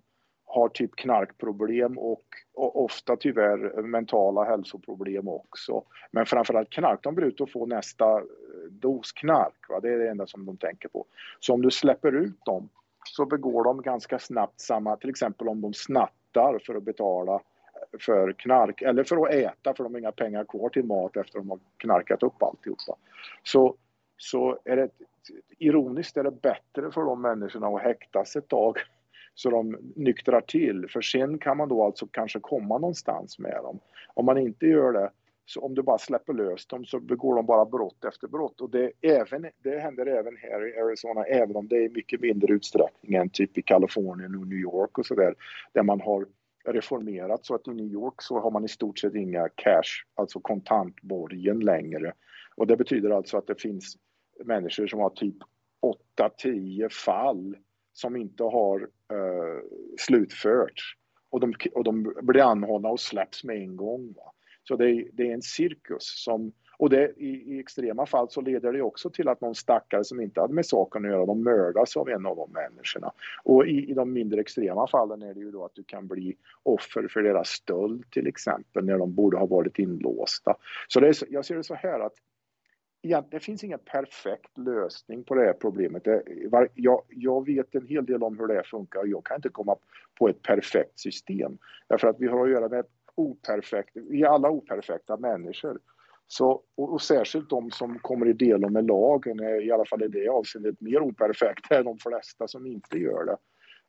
har typ knarkproblem och ofta tyvärr mentala hälsoproblem också. Men framförallt knark, de blir ute och få nästa dos knark. Va? Det är det enda som de tänker på. Så om du släpper ut dem så begår de ganska snabbt samma, till exempel om de snattar för att betala för knark eller för att äta, för de har inga pengar kvar till mat efter de har knarkat upp alltihopa. Så är det ironiskt, är det bättre för de människorna att häktas ett tag så de nyktrar till, för sen kan man då alltså kanske komma någonstans med dem. Om man inte gör det, så om du bara släpper lös dem så begår de bara brott efter brott. Och det händer även här i Arizona, även om det är mycket mindre utsträckning än typ i Kalifornien och New York och sådär, där man har reformerat så att i New York så har man i stort sett inga cash, alltså kontantborgen längre. Och det betyder alltså att det finns människor som har typ 8-10 fall som inte har slutförts. Och de blir anhållna och släpps med en gång. Va? Så det är en cirkus som... Och det, i extrema fall så leder det också till att någon stackare som inte hade med saken att göra, de mördas av en av de människorna. Och i de mindre extrema fallen är det ju då att du kan bli offer för deras stöld till exempel, när de borde ha varit inlåsta. Så jag ser det så här att det finns ingen perfekt lösning på det här problemet. Jag vet en hel del om hur det här funkar och jag kan inte komma på ett perfekt system. Därför att vi har att göra med vi är alla operfekta människor. Så, och särskilt de som kommer i del med lagen är i alla fall i det avseendet mer operfekta än de flesta som inte gör det.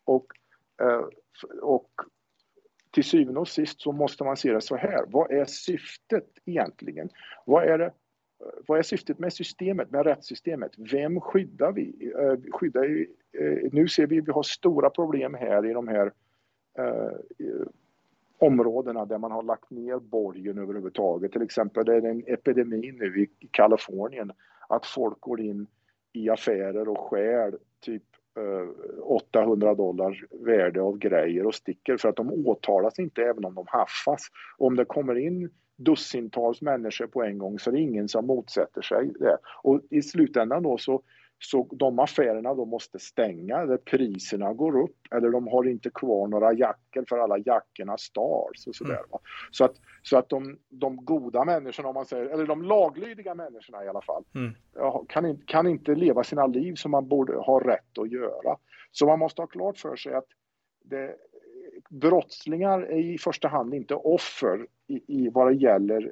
Och till syvende och sist så måste man se det så här. Vad är syftet egentligen? Vad är syftet med systemet, med rättssystemet? Vem skyddar vi? Nu ser vi har stora problem här i de här områdena där man har lagt ner borgen överhuvudtaget. Till exempel det är en epidemi nu i Kalifornien att folk går in i affärer och stjäl typ $800 värde av grejer och sticker för att de åtalas inte även om de haffas. Om det kommer in dussintals människor på en gång så är det ingen som motsätter sig det. Och i slutändan då så de affärerna då måste stänga, där priserna går upp eller de har inte kvar några jackor för alla jackorna stars och sådär. Så att de goda människorna, om man säger, eller de laglydiga människorna i alla fall, kan inte leva sina liv som man borde ha rätt att göra. Så man måste ha klart för sig att brottslingar är i första hand inte offer i vad det gäller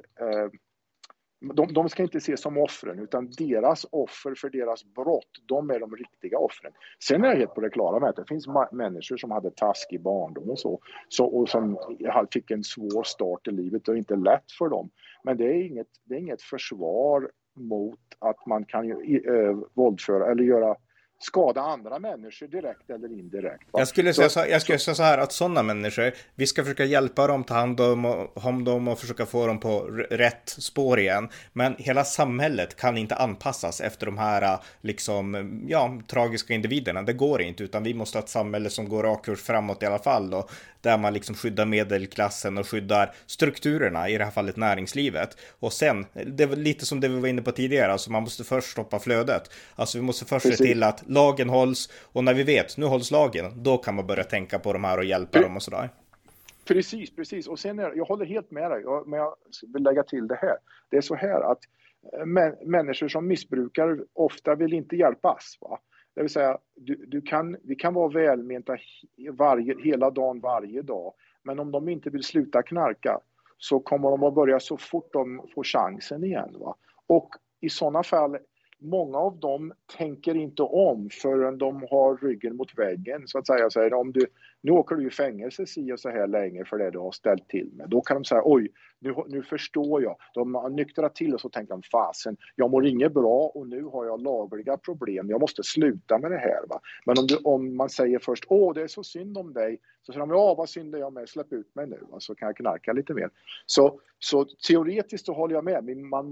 de ska inte ses som offren, utan deras offer för deras brott, de är de riktiga offren. Sen är jag helt på det klara med att det finns människor som hade taskig barndom och och som fick en svår start i livet och inte lätt för dem. Men det är inget försvar mot att man kan våldföra eller skada andra människor direkt eller indirekt. Va? Jag skulle säga så här att sådana människor, vi ska försöka hjälpa dem, ta hand om dem och försöka få dem på rätt spår igen. Men hela samhället kan inte anpassas efter de här tragiska individerna. Det går inte, utan vi måste ha ett samhälle som går rak kurs framåt i alla fall då, där man liksom skyddar medelklassen och skyddar strukturerna, i det här fallet näringslivet. Och sen, det var lite som det vi var inne på tidigare, alltså man måste först stoppa flödet. Alltså vi måste först se till att lagen hålls, och när vi vet, nu hålls lagen, då kan man börja tänka på de här och hjälpa dem och sådär. Precis. Och sen jag håller helt med dig, men jag vill lägga till det här. Det är så här att människor som missbrukar ofta vill inte hjälpas, va? Det vill säga, vi kan vara välmenta hela dagen, varje dag. Men om de inte vill sluta knarka så kommer de att börja så fort de får chansen igen. Va? Och i sådana fall, många av dem tänker inte om förrän de har ryggen mot väggen. Så att säga, så här, nu åker du i fängelse så här länge för det du har ställt till med. Då kan de säga, oj, nu förstår jag. De har nyktrat till och så tänker de, fasen, jag mår inget bra och nu har jag lagliga problem. Jag måste sluta med det här. Va? Men om man säger först, det är så synd om dig. Så säger de, vad synd är jag med, släpp ut mig nu. Så kan jag knarka lite mer. Så teoretiskt så håller jag med. Men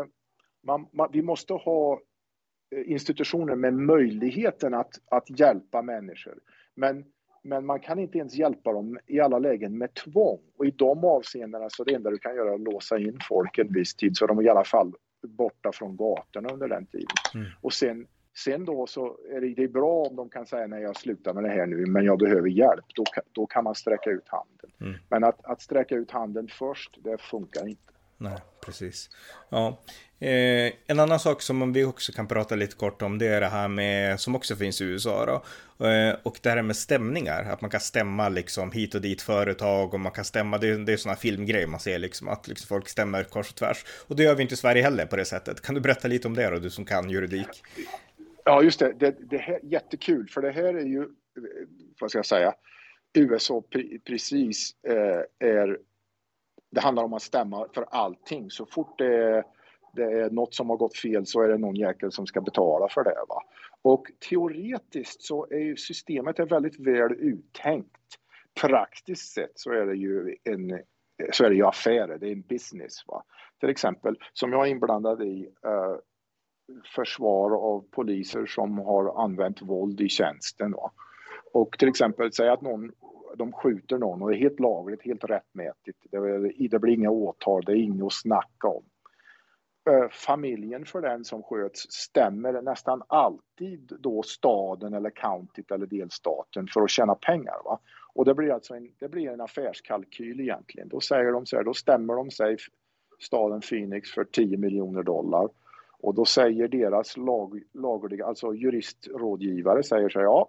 vi måste ha institutioner med möjligheten att hjälpa människor. Men man kan inte ens hjälpa dem i alla lägen med tvång. Och i de avseendena så det enda du kan göra är att låsa in folk en viss tid. Så de är i alla fall borta från gatorna under den tiden. Och sen Sen då så är det bra om de kan säga nej, jag slutar med det här nu, men jag behöver hjälp. Då kan man sträcka ut handen. Men att sträcka ut handen först, det funkar inte. Nej, precis. Ja. En annan sak som vi också kan prata lite kort om, det är det här med, som också finns i USA då, och det här med stämningar, att man kan stämma liksom hit och dit företag, och man kan stämma, det är sådana filmgrejer man ser liksom, att liksom folk stämmer kors och tvärs, och det gör vi inte i Sverige heller på det sättet. Kan du berätta lite om det då, du som kan juridik? Ja, just det här är jättekul, för det här är ju, vad ska jag säga, USA precis det handlar om att stämma för allting. Så fort det är något som har gått fel så är det någon jäkel som ska betala för det. Va? Och teoretiskt så är ju systemet väldigt väl uttänkt. Praktiskt sett så är det ju affärer, det är en business. Va? Till exempel, som jag är inblandad i, försvar av poliser som har använt våld i tjänsten. Va? Och till exempel säga att de skjuter någon och det är helt lagligt, helt rättmätigt. Det blir inga åtal, det är inget att snacka om. Familjen för den som sköts stämmer nästan alltid då staden eller countyt eller delstaten för att tjäna pengar. Va? Och det blir alltså en affärskalkyl egentligen. Då säger de så här, då stämmer de sig staden Phoenix för $10 miljoner. Och då säger deras lagliga, alltså juristrådgivare säger så här, ja,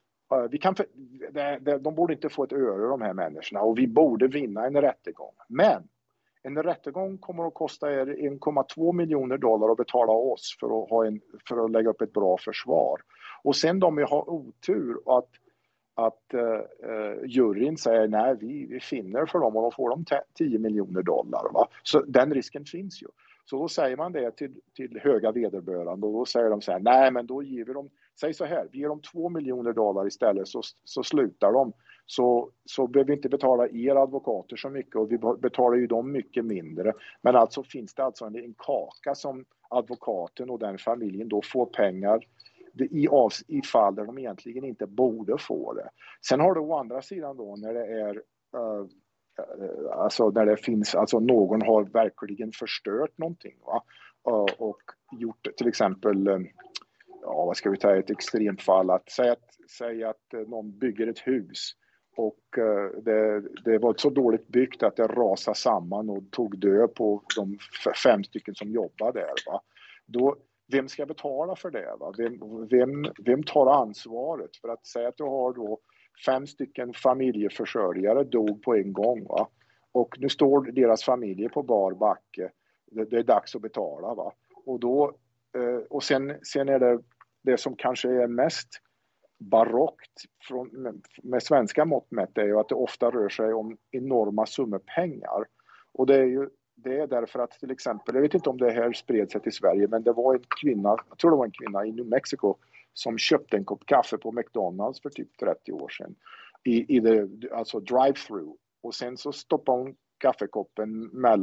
de borde inte få ett öre, de här människorna, och vi borde vinna en rättegång. Men en rättegång kommer att kosta er $1,2 miljoner att betala oss för att lägga upp ett bra försvar. Och sen de har otur att juryn säger nej, vi finner för dem, och då får de $10 miljoner. Va? Så den risken finns ju. Så då säger man det till höga vederbörande, och då säger de så här, nej men då ger vi dem, säg så här, vi ger dem $2 miljoner istället, så slutar de. Så behöver vi inte betala er advokater så mycket, och vi betalar ju dem mycket mindre. Men alltså finns det alltså en kaka som advokaten och den familjen då får pengar i fall där de egentligen inte borde få det. Sen har du å andra sidan då när det är alltså när det finns, alltså någon har verkligen förstört någonting, va? Och gjort till exempel, ja, vad ska vi ta ett extremt fall, att säga att någon bygger ett hus och det var så dåligt byggt att det rasade samman och tog död på de 5 stycken som jobbade där, va? Då, vem ska betala för det? Va? Vem tar ansvaret för att säga att du har då 5 stycken familjeförsörjare dog på en gång, va? Och nu står deras familjer på bar backe. Det är dags att betala, va? Och då och sen är det som kanske är mest barockt med svenska mått mätt är ju att det ofta rör sig om enorma summor pengar. Och det är därför att till exempel, jag vet inte om det här spred sig till Sverige, men det var en kvinna, jag tror det var en kvinna i New Mexico som köpte en kopp kaffe på McDonald's för typ 30 år sedan alltså drive-through, och sen så stoppade hon kaffekoppen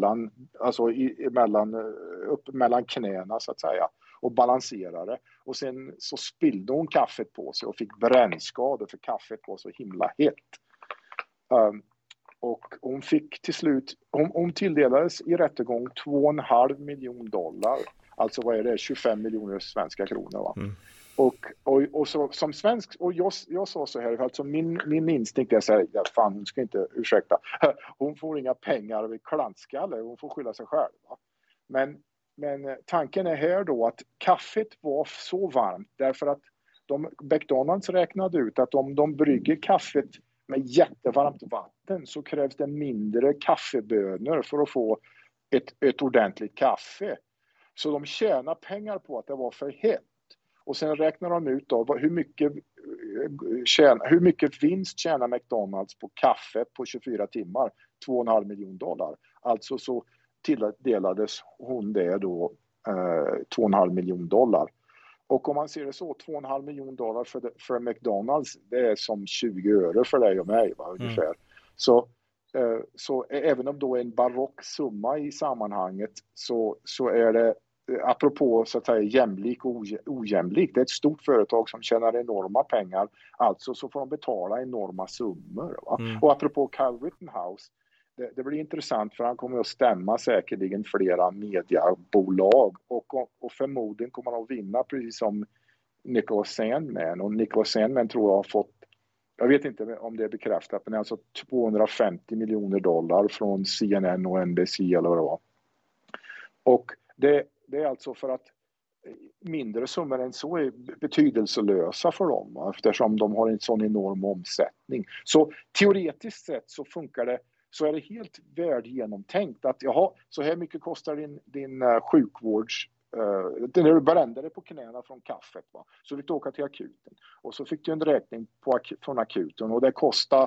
mellan knäna så att säga och balanserade, och sen så spillde hon kaffet på sig och fick brännskador för kaffet var så himla hett. Och hon fick till slut, hon tilldelades i rättegång $2,5 miljoner, alltså vad är det, 25 miljoner svenska kronor, va? Och så, som svensk, och jag sa så här, alltså min instinkt är så här, ja, fan, hon ska inte, ursäkta, hon får inga pengar vid klantskalle, hon får skylla sig själv, va? Men tanken är här då att kaffet var så varmt därför att McDonald's räknade ut att om de brygger kaffet med jättevarmt vatten så krävs det mindre kaffebönor för att få ett ordentligt kaffe. Så de tjänar pengar på att det var för hett. Och sen räknar de ut då hur mycket vinst tjänar McDonald's på kaffe på 24 timmar. $2,5 miljoner. Alltså så tilldelades hon det då $2,5 miljoner. Och om man ser det så, $2,5 miljoner för McDonald's, det är som 20 öre för dig och mig, va, ungefär. Så även om då är en barock summa i sammanhanget så är det, apropå så att säga jämlik och ojämlik, det är ett stort företag som tjänar enorma pengar, alltså så får de betala enorma summor, va? Och apropå Kyle Rittenhouse, det blir intressant för han kommer att stämma säkerligen flera mediebolag och förmodligen kommer han att vinna, precis som Nicholas Sandman, och Nicholas Sandman tror jag har fått, jag vet inte om det är bekräftat, men alltså $250 miljoner från CNN och NBC eller vad det var. Och det är alltså för att mindre summor än så är betydelselösa för dem, eftersom de har en sån enorm omsättning. Så teoretiskt sett så funkar det, så är det helt värdegenomtänkt att jaha, så här mycket kostar din sjukvårds när du brände dig på knäna från kaffet, va? Så fick du åka till akuten och så fick du en räkning från akuten och det kostade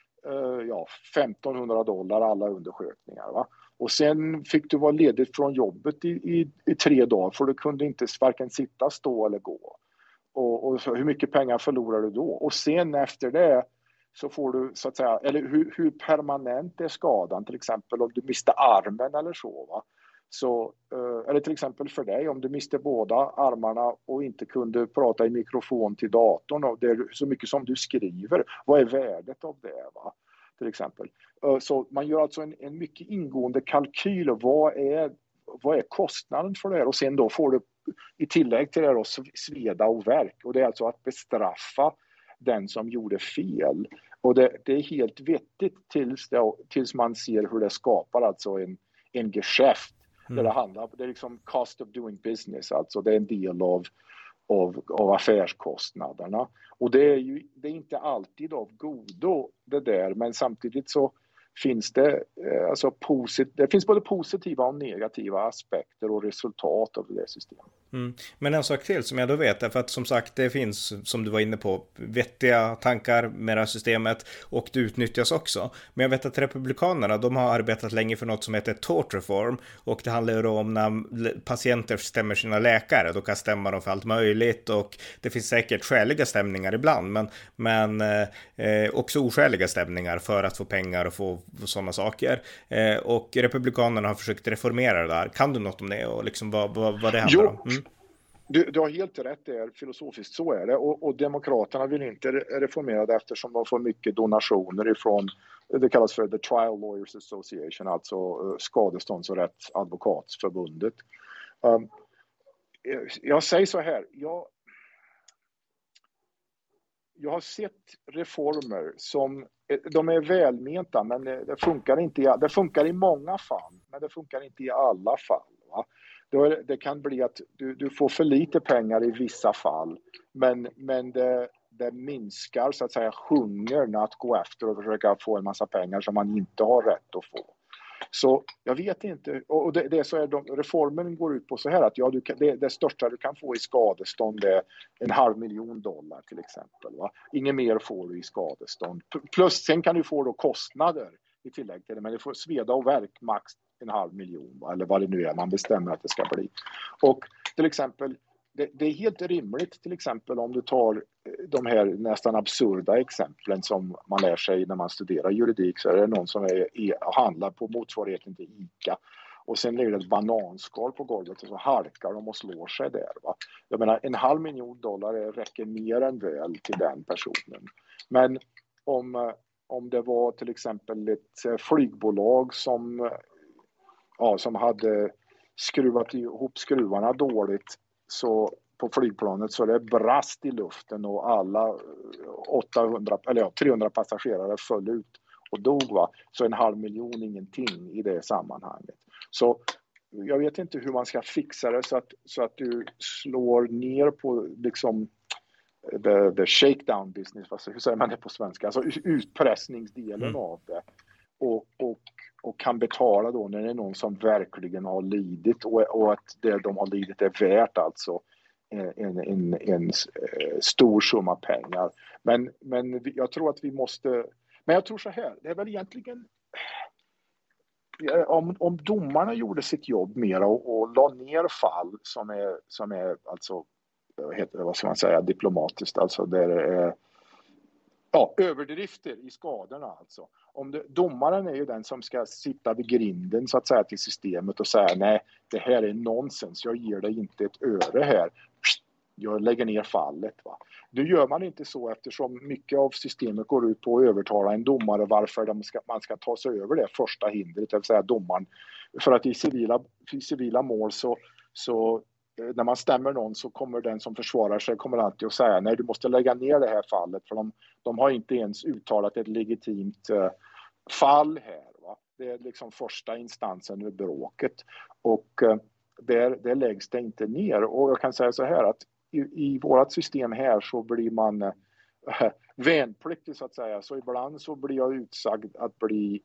$1,500 alla undersökningar, va? Och sen fick du vara ledig från jobbet i 3 dagar, för du kunde inte varken sitta, stå eller gå. Och så, hur mycket pengar förlorar du då? Och sen efter det så får du, så att säga, eller hur permanent är skadan, till exempel om du miste armen eller så, va? Så, eller till exempel för dig, om du miste båda armarna och inte kunde prata i mikrofon till datorn, och det är så mycket som du skriver, vad är värdet av det, va? Till exempel. Så man gör alltså en mycket ingående kalkyl, och vad är kostnaden för det här, och sen då får du i tillägg till det då sveda och värk, och det är alltså att bestraffa den som gjorde fel, och det är helt vettigt tills man ser hur det skapar alltså en geschäft. Där det är liksom cost of doing business, alltså det är en del av affärskostnaderna. Och det är inte alltid av godo det där, men samtidigt så finns det det finns både positiva och negativa aspekter och resultat av det systemet. Men en sak till som jag då vet är, för att som sagt det finns, som du var inne på, vettiga tankar med det här systemet och det utnyttjas också. Men jag vet att republikanerna, de har arbetat länge för något som heter tort reform, och det handlar ju om när patienter stämmer sina läkare, då kan stämma dem för allt möjligt, och det finns säkert skäliga stämningar ibland, men också oskäliga stämningar för att få pengar och få sådana saker. Och republikanerna har försökt reformera det där. Kan du något om det och liksom vad det handlar om? Du har helt rätt där, filosofiskt så är det, och demokraterna vill inte reformera det eftersom de får mycket donationer ifrån, det kallas för The Trial Lawyers Association, alltså skadestånds- och rättsadvokatsförbundet. Jag säger så här, jag har sett reformer som de är välmenta, men det funkar inte. Det funkar i många fall, men det funkar inte i alla fall, va? Det kan bli att du får för lite pengar i vissa fall, men det minskar så att säga hungern att gå efter och försöka få en massa pengar som man inte har rätt att få. Så jag vet inte, och reformen går ut på så här att det största du kan få i skadestånd är $500,000 till exempel, va? Inget mer får du i skadestånd. Plus sen kan du få då kostnader i tillägg till det, men du får sveda och värk max $500,000, va? Eller vad det nu är man bestämmer att det ska bli. Och till exempel det är helt rimligt, till exempel om du tar de här nästan absurda exemplen som man lär sig när man studerar juridik, så är det någon som handlar på motsvarigheten till ICA, och sen lägger det ett bananskal på golvet och så halkar de och slår sig där, va? Jag menar, $500,000 räcker mer än väl till den personen. Men om det var till exempel ett flygbolag som hade skruvat ihop skruvarna dåligt så på flygplanet, så det brast i luften och alla 300 passagerare föll ut och dog, va? Så $500,000 ingenting i det sammanhanget. Så jag vet inte hur man ska fixa det så att du slår ner på liksom the shakedown business, hur säger man det på svenska? Alltså utpressningsdelen av det. Och kan betala då när det är någon som verkligen har lidit, och att det de har lidit är värt alltså en stor summa pengar. Men jag tror att vi måste, men jag tror så här, det är väl egentligen om domarna gjorde sitt jobb mer och la ner fall som är alltså vad ska man säga, diplomatiskt, alltså där det är överdrifter i skadorna, alltså. Domaren är ju den som ska sitta vid grinden så att säga till systemet och säga nej, det här är nonsens, jag ger dig inte ett öre här, jag lägger ner fallet, va. Nu gör man inte så, eftersom mycket av systemet går ut på att övertala en domare varför man ska ta sig över det första hindret, det vill säga domaren, för att i civila mål så när man stämmer någon så kommer den som försvarar sig kommer alltid att säga nej, du måste lägga ner det här fallet för de har inte ens uttalat ett legitimt fall här. Va? Det är liksom första instansen vid bråket och där läggs det inte ner. Och jag kan säga så här att i vårt system här så blir man vänpliktig så att säga. Så ibland så blir jag utsagd att bli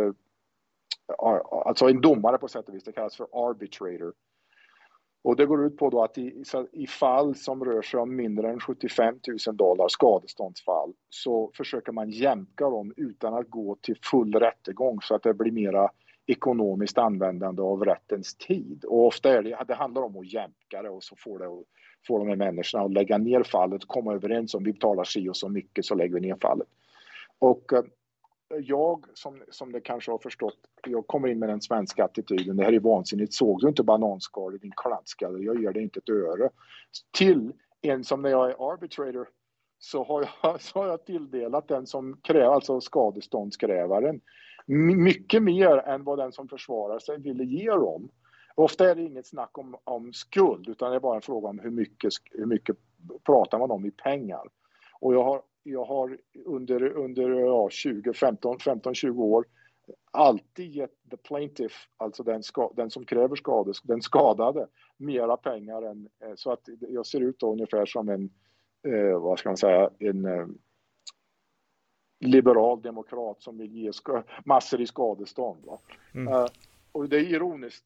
alltså en domare på sätt och vis. Det kallas för arbitrator. Och det går ut på då att i fall som rör sig om mindre än $75,000 skadeståndsfall så försöker man jämka dem utan att gå till full rättegång så att det blir mera ekonomiskt användande av rättens tid. Och ofta är det handlar om att jämka det och så får de här människorna att lägga ner fallet, komma överens om vi betalar si och så mycket så lägger vi ner fallet. Och jag, som det kanske har förstått, jag kommer in med den svenska attityden. Det här är vansinnigt. Såg du inte bananskal i din kladskalle? Jag ger det inte ett öre. Till en som när jag är arbitrator så har jag tilldelat den som kräver, alltså skadeståndskrävaren, mycket mer än vad den som försvarar sig ville ge dem. Ofta är det inget snack om skuld utan det är bara en fråga om hur mycket pratar man om i pengar. Och jag har under 15-20 år alltid gett the plaintiff, alltså den som kräver den skadade, mera pengar än, så att jag ser ut då ungefär som en liberal demokrat som vill ge massor i skadestånd. Va? Och det är ironiskt,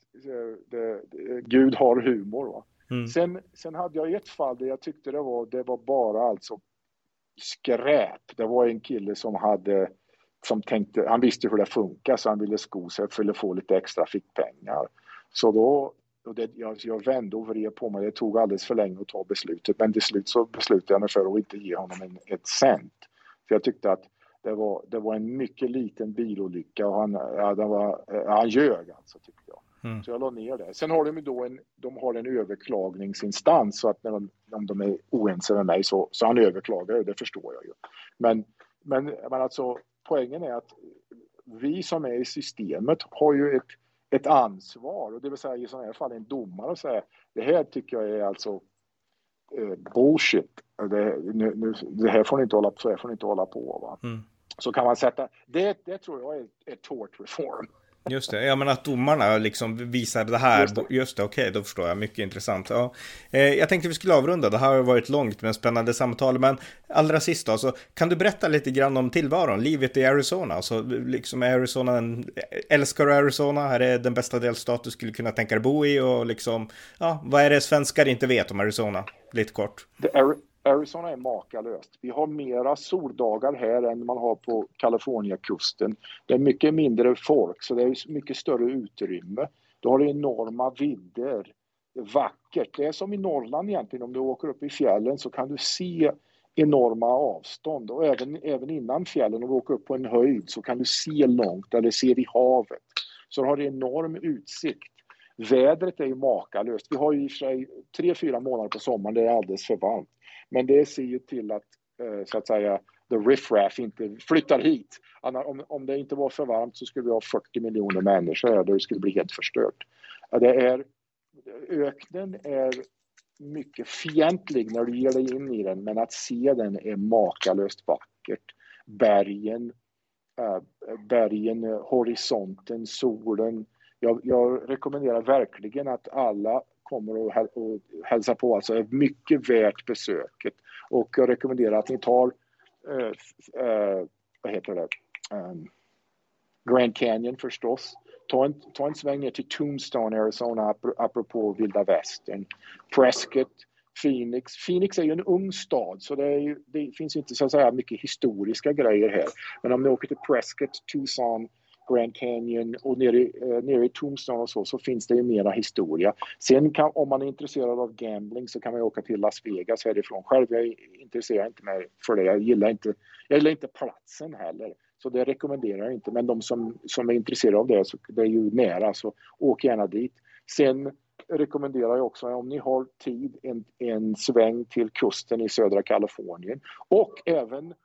Gud har humor. Va? Sen hade jag ett fall där jag tyckte det var bara alltså skräp. Det var en kille som tänkte, han visste hur det funkar så han ville sko sig för att få lite extra fickpengar. Så då, jag vände och vred på mig, det tog alldeles för länge att ta beslutet, men till slut så beslutade jag mig för att inte ge honom ett cent. För jag tyckte att det var en mycket liten bilolycka och han ljög alltså tyckte jag. Så jag la ner det. Sen har de har en överklagningsinstans så att om de är oense med mig så han överklagar det förstår jag ju. Men alltså poängen är att vi som är i systemet har ju ett ansvar och det vill säga i sådana här fall en domare och säga det här tycker jag är alltså bullshit. Det här får ni inte hålla på, så här får ni inte hålla på va. Så kan man sätta det tror jag är tort reform. Just det, ja men att domarna liksom visar det här, just det, okej, då förstår jag, mycket intressant. Ja. Jag tänkte vi skulle avrunda, det här har varit långt men spännande samtal, men allra sist då, så kan du berätta lite grann om tillvaron, livet i Arizona, så liksom Arizona, älskar du Arizona, här är den bästa delstat du skulle kunna tänka dig bo i och liksom, ja, vad är det svenskar inte vet om Arizona, lite kort. Arizona är makalöst. Vi har mera soldagar här än man har på Kaliforniakusten. Det är mycket mindre folk så det är mycket större utrymme. Du har enorma vidder. Vackert. Det är som i Norrland egentligen. Om du åker upp i fjällen så kan du se enorma avstånd. Och även innan fjällen, om du åker upp på en höjd så kan du se långt eller se i havet. Så du har enorm utsikt. Vädret är ju makalöst. Vi har ju i sig 3-4 månader på sommaren. Det är alldeles för varmt. Men det ser ju till att, så att säga, the riffraff inte flyttar hit. Om det inte var för varmt så skulle vi ha 40 miljoner människor här. Det skulle bli helt förstört. Öknen är mycket fientlig när du ger dig in i den. Men att se den är makalöst vackert. Bergen, horisonten, solen. Jag rekommenderar verkligen att alla kommer att hälsa på. Alltså är mycket värt besöket. Och jag rekommenderar att ni tar Grand Canyon förstås. Ta en sväng ner till Tombstone, Arizona, apropå vilda västern. Prescott, Phoenix. Phoenix är ju en ung stad så det finns inte så att säga mycket historiska grejer här. Men om ni åker till Prescott, Tucson, Grand Canyon och nere i Tombstone och så finns det ju mera historia. Sen om man är intresserad av gambling så kan man åka till Las Vegas härifrån. Själv jag intresserar inte mig för det. Jag gillar inte platsen heller. Så det rekommenderar jag inte. Men de som är intresserade av det, så det är ju nära, så åk gärna dit. Sen rekommenderar jag också, om ni har tid, en sväng till kusten i södra Kalifornien. Och även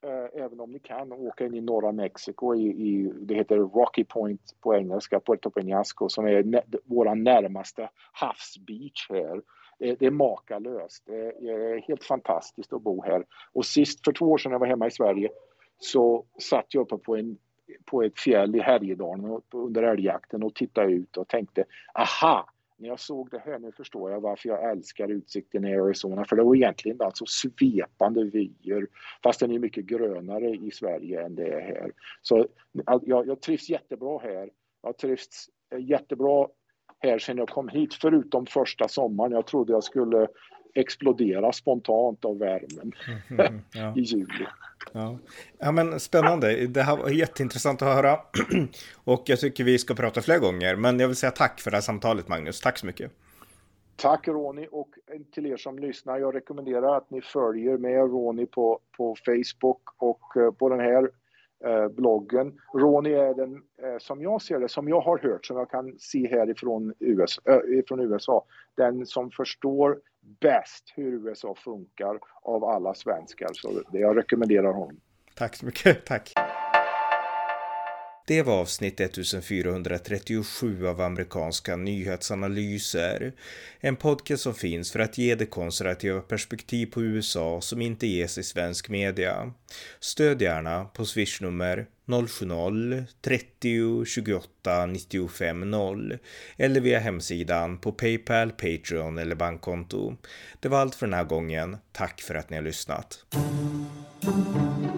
även om ni kan, åka in i norra Mexiko det heter Rocky Point på engelska, Puerto Peñasco, som är våra närmaste havsbeach här. Det är makalöst. Det är helt fantastiskt att bo här. Och för 2 år sedan när jag var hemma i Sverige så satt jag uppe på ett fjäll i Härjedalen under älgjakten och tittade ut och tänkte, aha, när jag såg det här, nu förstår jag varför jag älskar utsikten i Arizona. För det var egentligen alltså svepande vyer, fast den är mycket grönare i Sverige än det är här. Så jag trivs jättebra här. Jag trivs jättebra här sedan jag kom hit, förutom första sommaren. Jag trodde jag skulle explodera spontant av värmen i juli. Ja, men spännande. Det här var jätteintressant att höra. Och jag tycker vi ska prata fler gånger. Men jag vill säga tack för det här samtalet, Magnus. Tack så mycket. Tack Ronny, och till er som lyssnar, jag rekommenderar att ni följer med Ronny på Facebook och på den här bloggen. Ronny är den, som jag ser det, som jag har hört, som jag kan se härifrån USA, den som förstår bäst hur USA funkar av alla svenskar. Så jag rekommenderar honom. Tack så mycket, tack. Det var avsnitt 1437 av amerikanska nyhetsanalyser. En podcast som finns för att ge det konservativa perspektiv på USA som inte ges i svensk media. Stöd gärna på Swish-nummer 070-30 28 95 0 eller via hemsidan på PayPal, Patreon eller bankkonto. Det var allt för den här gången. Tack för att ni har lyssnat.